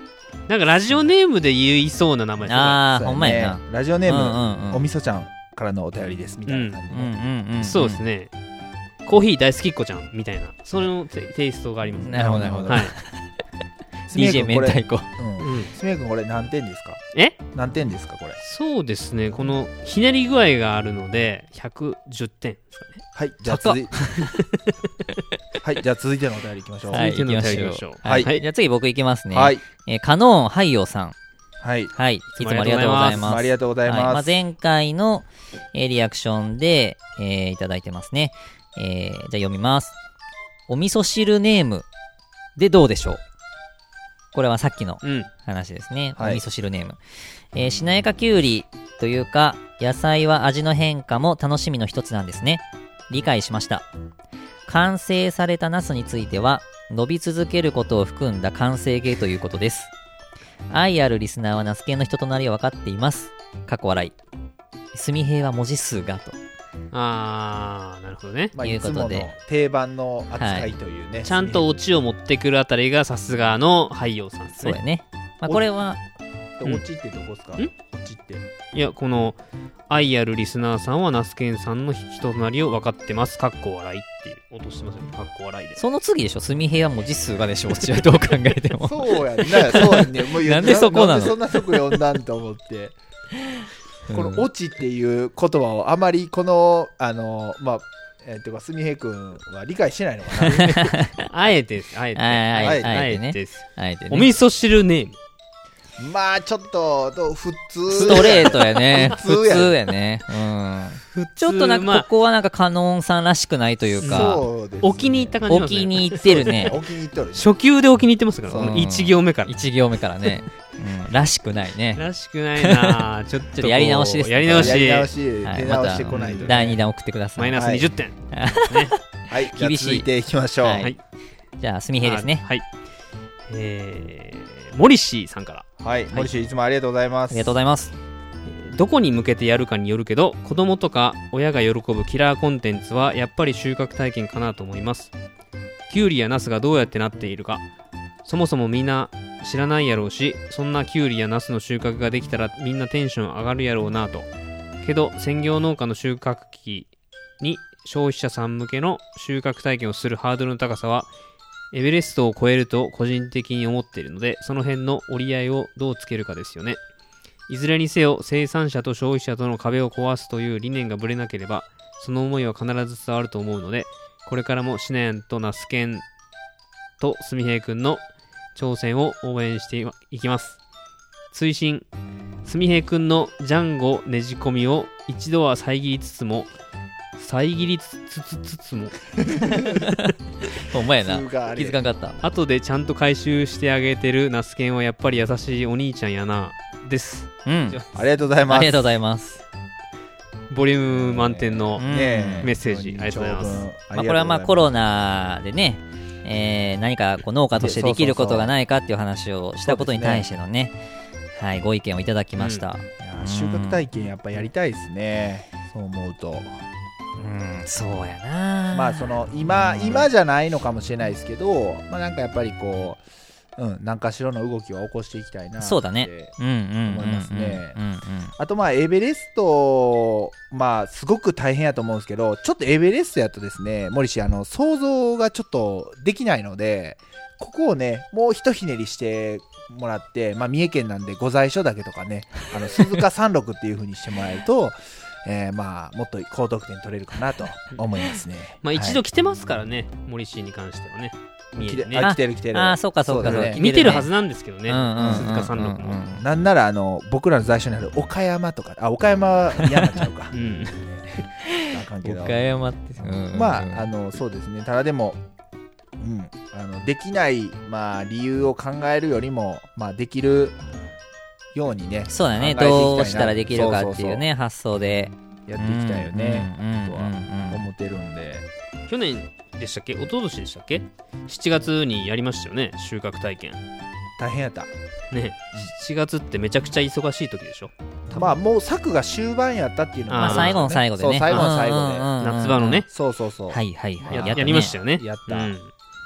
なんかラジオネームで言いそうな名前ですね。 ああ、ほんまやな。 ラジオネーム、うんうんうん、おみそちゃんからのお便りですみたいな感じで、うんうんうん、そうですね。コーヒー大好きっ子ちゃんみたいな、それのテイストがありますね。 なるほどなるほど。 はい。 ディージェー 明太子。 うん。すみやくんこれ何点ですか？ え？ 何点ですかこれ？ そうですね。このひねり具合があるのでひゃくじゅってんですかね。 はい。じゃあ続いてはいじゃあ続いてのお便りいきましょう。 はい、 続いてのお便りいきましょう。 はい。はい、じゃあ次僕いきますね。 はい。 えー、カノーンハイヨさん。 はいはい。いつもありがとうございます。 ありがとうございます。はい、まあ、 前回の、えー、リアクションで、えー、いただいてますね。えー、じゃあ読みます。お味噌汁ネームでどうでしょう。これはさっきの話ですね。うん、お味噌汁ネーム。はい、えー、しなやかきゅうりというか、野菜は味の変化も楽しみの一つなんですね。理解しました。完成されたナスについては、伸び続けることを含んだ完成形ということです。愛あるリスナーはナスケンの人となりを分かっています。過去笑い。すみへいは文字数がと。 あー、なるほどね。 まあ、いつもの定番の扱いというね、はい、 ちゃんとオチを持ってくるあたりがさすがの俳優さんですね。 そうやね。まあ、これはオチってどこですか？ん？オチっていや、この愛あるリスナーさんはナスケンさんの人となりを分かってます。かっこ笑いっていう落としてますよね。かっこ笑いで。 その次でしょ。すみへいは文字数がでしょ。オチはどう考えても。 そうやね。そうやね。もうなんでそこなの？ なんでそんなとこ読んだんと思って。このオチっていう言葉をあまりこのあのまあえー、とかすみへいくんは理解してないのかな。 あえてです。あえて。 あえて。あえてね。 あえてね。お味噌汁ネーム。 まあちょっと普通ストレートやね。 普通や ね, 普通やね、うん、ちょっとなんかここはなんかカノンさんらしくないというか、 そうですね、 お気に入った感じですね。 お気に入ってるね。 お気に入っとる、ね、 初級でお気に入ってますからいち行目からいち行目からね、うん、らしくないね。 らしくないな。ちょっとやり直しです、ね、 やり直しやり直し出直してこないと、ね、 ま、だいにだん送ってください。 マイナスにじゅってん、はいね、はい、厳しい。続いていきましょう、はい、 じゃあすみへいですね。 はい、えー、モリシーさんから。 はい、モリシーいつもありがとうございます。 ありがとうございます。 どこに向けてやるかによるけど、子供とか親が喜ぶキラーコンテンツはやっぱり収穫体験かなと思います。キュウリやナスがどうやってなっているか、そもそもみんな知らないやろうし、そんなキュウリやナスの収穫ができたらみんなテンション上がるやろうなと。けど専業農家の収穫期に消費者さん向けの収穫体験をするハードルの高さはエベレストを超えると個人的に思っているので、その辺の折り合いをどうつけるかですよね。いずれにせよ生産者と消費者との壁を壊すという理念がぶれなければ、その思いは必ず伝わると思うので、これからもシナヤンとナスケンとすみへいくんの挑戦を応援していきます。追伸、すみへいくんのジャンゴねじ込みを一度は遮りつつも遮りつつつつつもほんまやな、気づかんかった。 後でちゃんと回収してあげてるナスケンはやっぱり優しいお兄ちゃんやなです。 うん、 ありがとうございます。 ありがとうございます。 ボリューム満点のメッセージ、ありがとうございます。 まあ、これはまあコロナでね、えー、何かこう農家としてできることがないかっていう話をしたことに対してのね、はい、ご意見をいただきました。 うん、いや収穫体験やっぱやりたいですね、そう思うと。 うん、そうやな。 まあその今、うん、今じゃないのかもしれないですけど、まあなんかやっぱりこう、うん、何かしらの動きは起こしていきたいなってそうだね、 思いますね。あとまあエベレスト、まあすごく大変やと思うんですけど、ちょっとエベレストやとですね、森氏あの想像がちょっとできないので、ここをねもうひとひねりしてもらって、まあ三重県なんで御在所だけとかね、あの鈴鹿三六っていう風にしてもらえるとえー、まあもっと高得点取れるかなと思いますね。 まあ一度来てますからね、はい、森氏に関してはね。 来て、ね、あ来てる来てる。 ああそうかそうかそうか、 ね、見てるはずなんですけどね、鈴鹿三六も。 なんならあの僕らの在所にある岡山とか、あ岡山は嫌になっちゃうか。うん、 あかんけど岡山って、うんうんうん、 まああのそうですね。ただでも、うん、あのできないまあ理由を考えるよりもまあできるようにね、 そうだね、どうしたらできるかっていうね、そうそうそう発想でやっていきたいよね、とは思ってるんで。 去年でしたっけ、一昨年でしたっけ、しちがつにやりましたよね、収穫体験。 大変やったね。しちがつってめちゃくちゃ忙しい時でしょ。 まあもう作が終盤やったっていうのが、 まあ、最後の最後でね、 そう最後の最後で夏場のね、 そうそうそう、 はいはいはい、 や, やりましたよね。 やった、うん、まあ、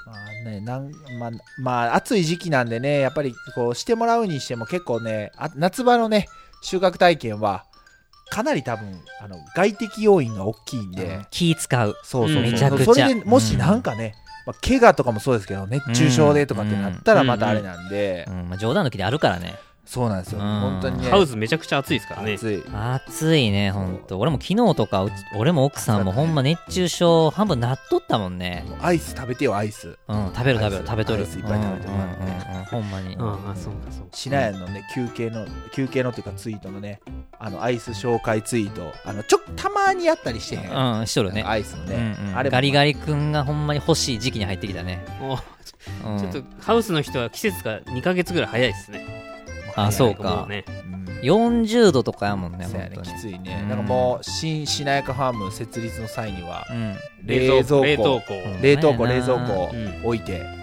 ね、なんまあ、まあ暑い時期なんでね、やっぱりこうしてもらうにしても結構ね、あ夏場のね収穫体験はかなり多分あの外的要因が大きいんで、うん、 気使う。 そうそうそう、 めちゃくちゃ。 それでもしなんかね、うん、まあ、怪我とかもそうですけど熱中症でとかってなったらまたあれなんで、 うんうんうん、まあ、冗談抜きであるからね。 そうなんですよ、うん、本当にね。 ハウスめちゃくちゃ暑いですからね。 暑い暑いね、ほんと。俺も昨日とか俺も奥さんもほんま熱中症半分なっとったもんね。 アイス食べてよ、アイス。 うん、食べる食べる食べとる。 アイスいっぱい食べてる、うんうんうんうん、ほんまに。 ああ、そうかそうか。 シナヤンのね休憩の休憩のっていうかツイートのね、あのアイス紹介ツイート、あのちょたまにやったりしてへん。 うん、しとるね。 アイスのね、 うんうん、あれガリガリ君がほんまに欲しい時期に入ってきたね。 おうん、ちょっとハウスの人は季節がにかげつぐらい早いですね。 あ、そうか、ね、よんじゅうどとかやもんね。 そうやね、きついね、うん、なんかもう新しなやかファーム設立の際には、うん、冷蔵庫冷凍庫冷凍庫冷蔵庫置いて、うん、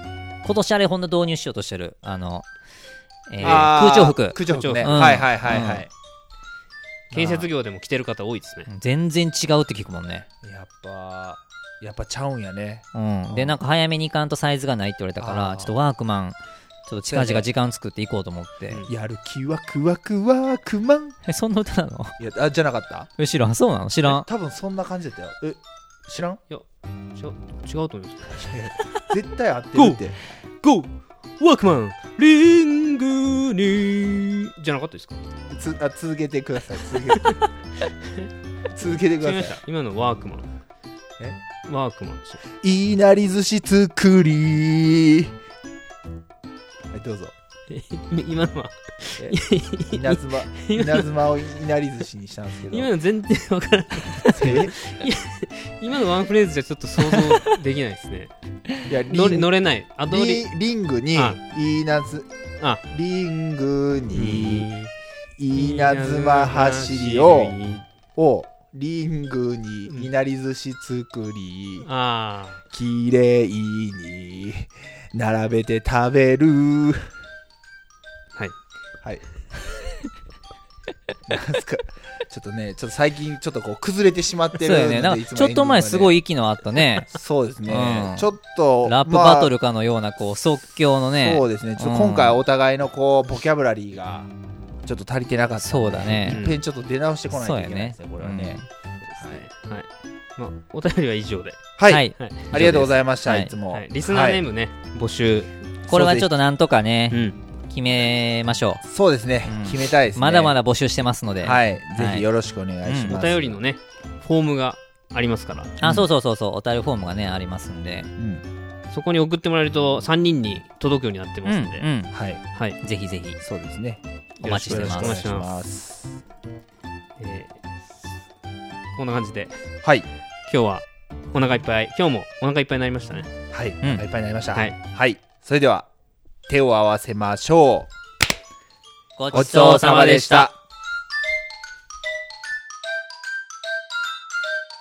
今年あれほんと導入しようとしてる、あの、えー、空調服空調服ね、うん、はいはいはいはい、 うん、建設業でも着てる方多いですね。 全然違うって聞くもんね。 やっぱやっぱちゃうんやね、 うん、でなんか早めに行かんとサイズがないって言われたから、ちょっとワークマンちょっと近々時間作っていこうと思って、 うん、やる気ワクワクワークマン。 え、そんな歌なの？ いや、あ、じゃなかった？ え、知らん。そうなの？知らん。 多分そんな感じだったよ。え、知らん？ いや、違うと思います。 絶対合ってるって。 ゴーワークマンリングにじゃなかったですか？ つあ続けてください。続けて続けてください。 今のワークマン。え？ワークマンでしょ。 いなり寿司作り。はい、どうぞ。 今のは稲妻稲妻をいなり寿司にしたんですけど、 今の全然わからない今のワンフレーズじゃちょっと想像できないですね。いや、乗れ、乗れない。あ、 リリングに稲妻あリングに稲妻走りををリングにいなり寿司作り、あきれいに並べて食べる。 はいはいなんすかちょっとね、ちょっと最近ちょっとこう崩れてしまってる。 そうよね。なんかちょっと前すごい息のあったね。 そうですね、うん、ちょっとラップバトルかのようなこう即興のね、 そうですね、ちょっと今回お互いのこうボキャブラリーがちょっと足りてなかったので、 そうだね、 一遍ちょっと出直してこないといけないですね、これはね、 うん、はい、はい、まあ、お便りは以上で、 はい、はい、ありがとうございました、はい、いつも、はい、 リスナーネームね、はい、募集、 これはちょっとなんとかね、うん、決めましょう。 そうですね、うん、決めたいですね。 まだまだ募集してますので、 はい、ぜひよろしくお願いします、 うん、お便りのねフォームがありますから、 あ、うん、そうそうそうそう、お便りフォームがねありますんで、うん、 そこに送ってもらえるとさんにんに届くようになってますんで、うんうん、 はい、 はい、ぜひぜひ、 そうですね、 お待ちしてます。 お願いします、 えー、こんな感じで、 はい、 今日はお腹いっぱい、今日もお腹いっぱいになりましたね。 はい、うん、お腹いっぱいになりました。 はい、 はい、それでは手を合わせましょう。 ごちそうさまでした。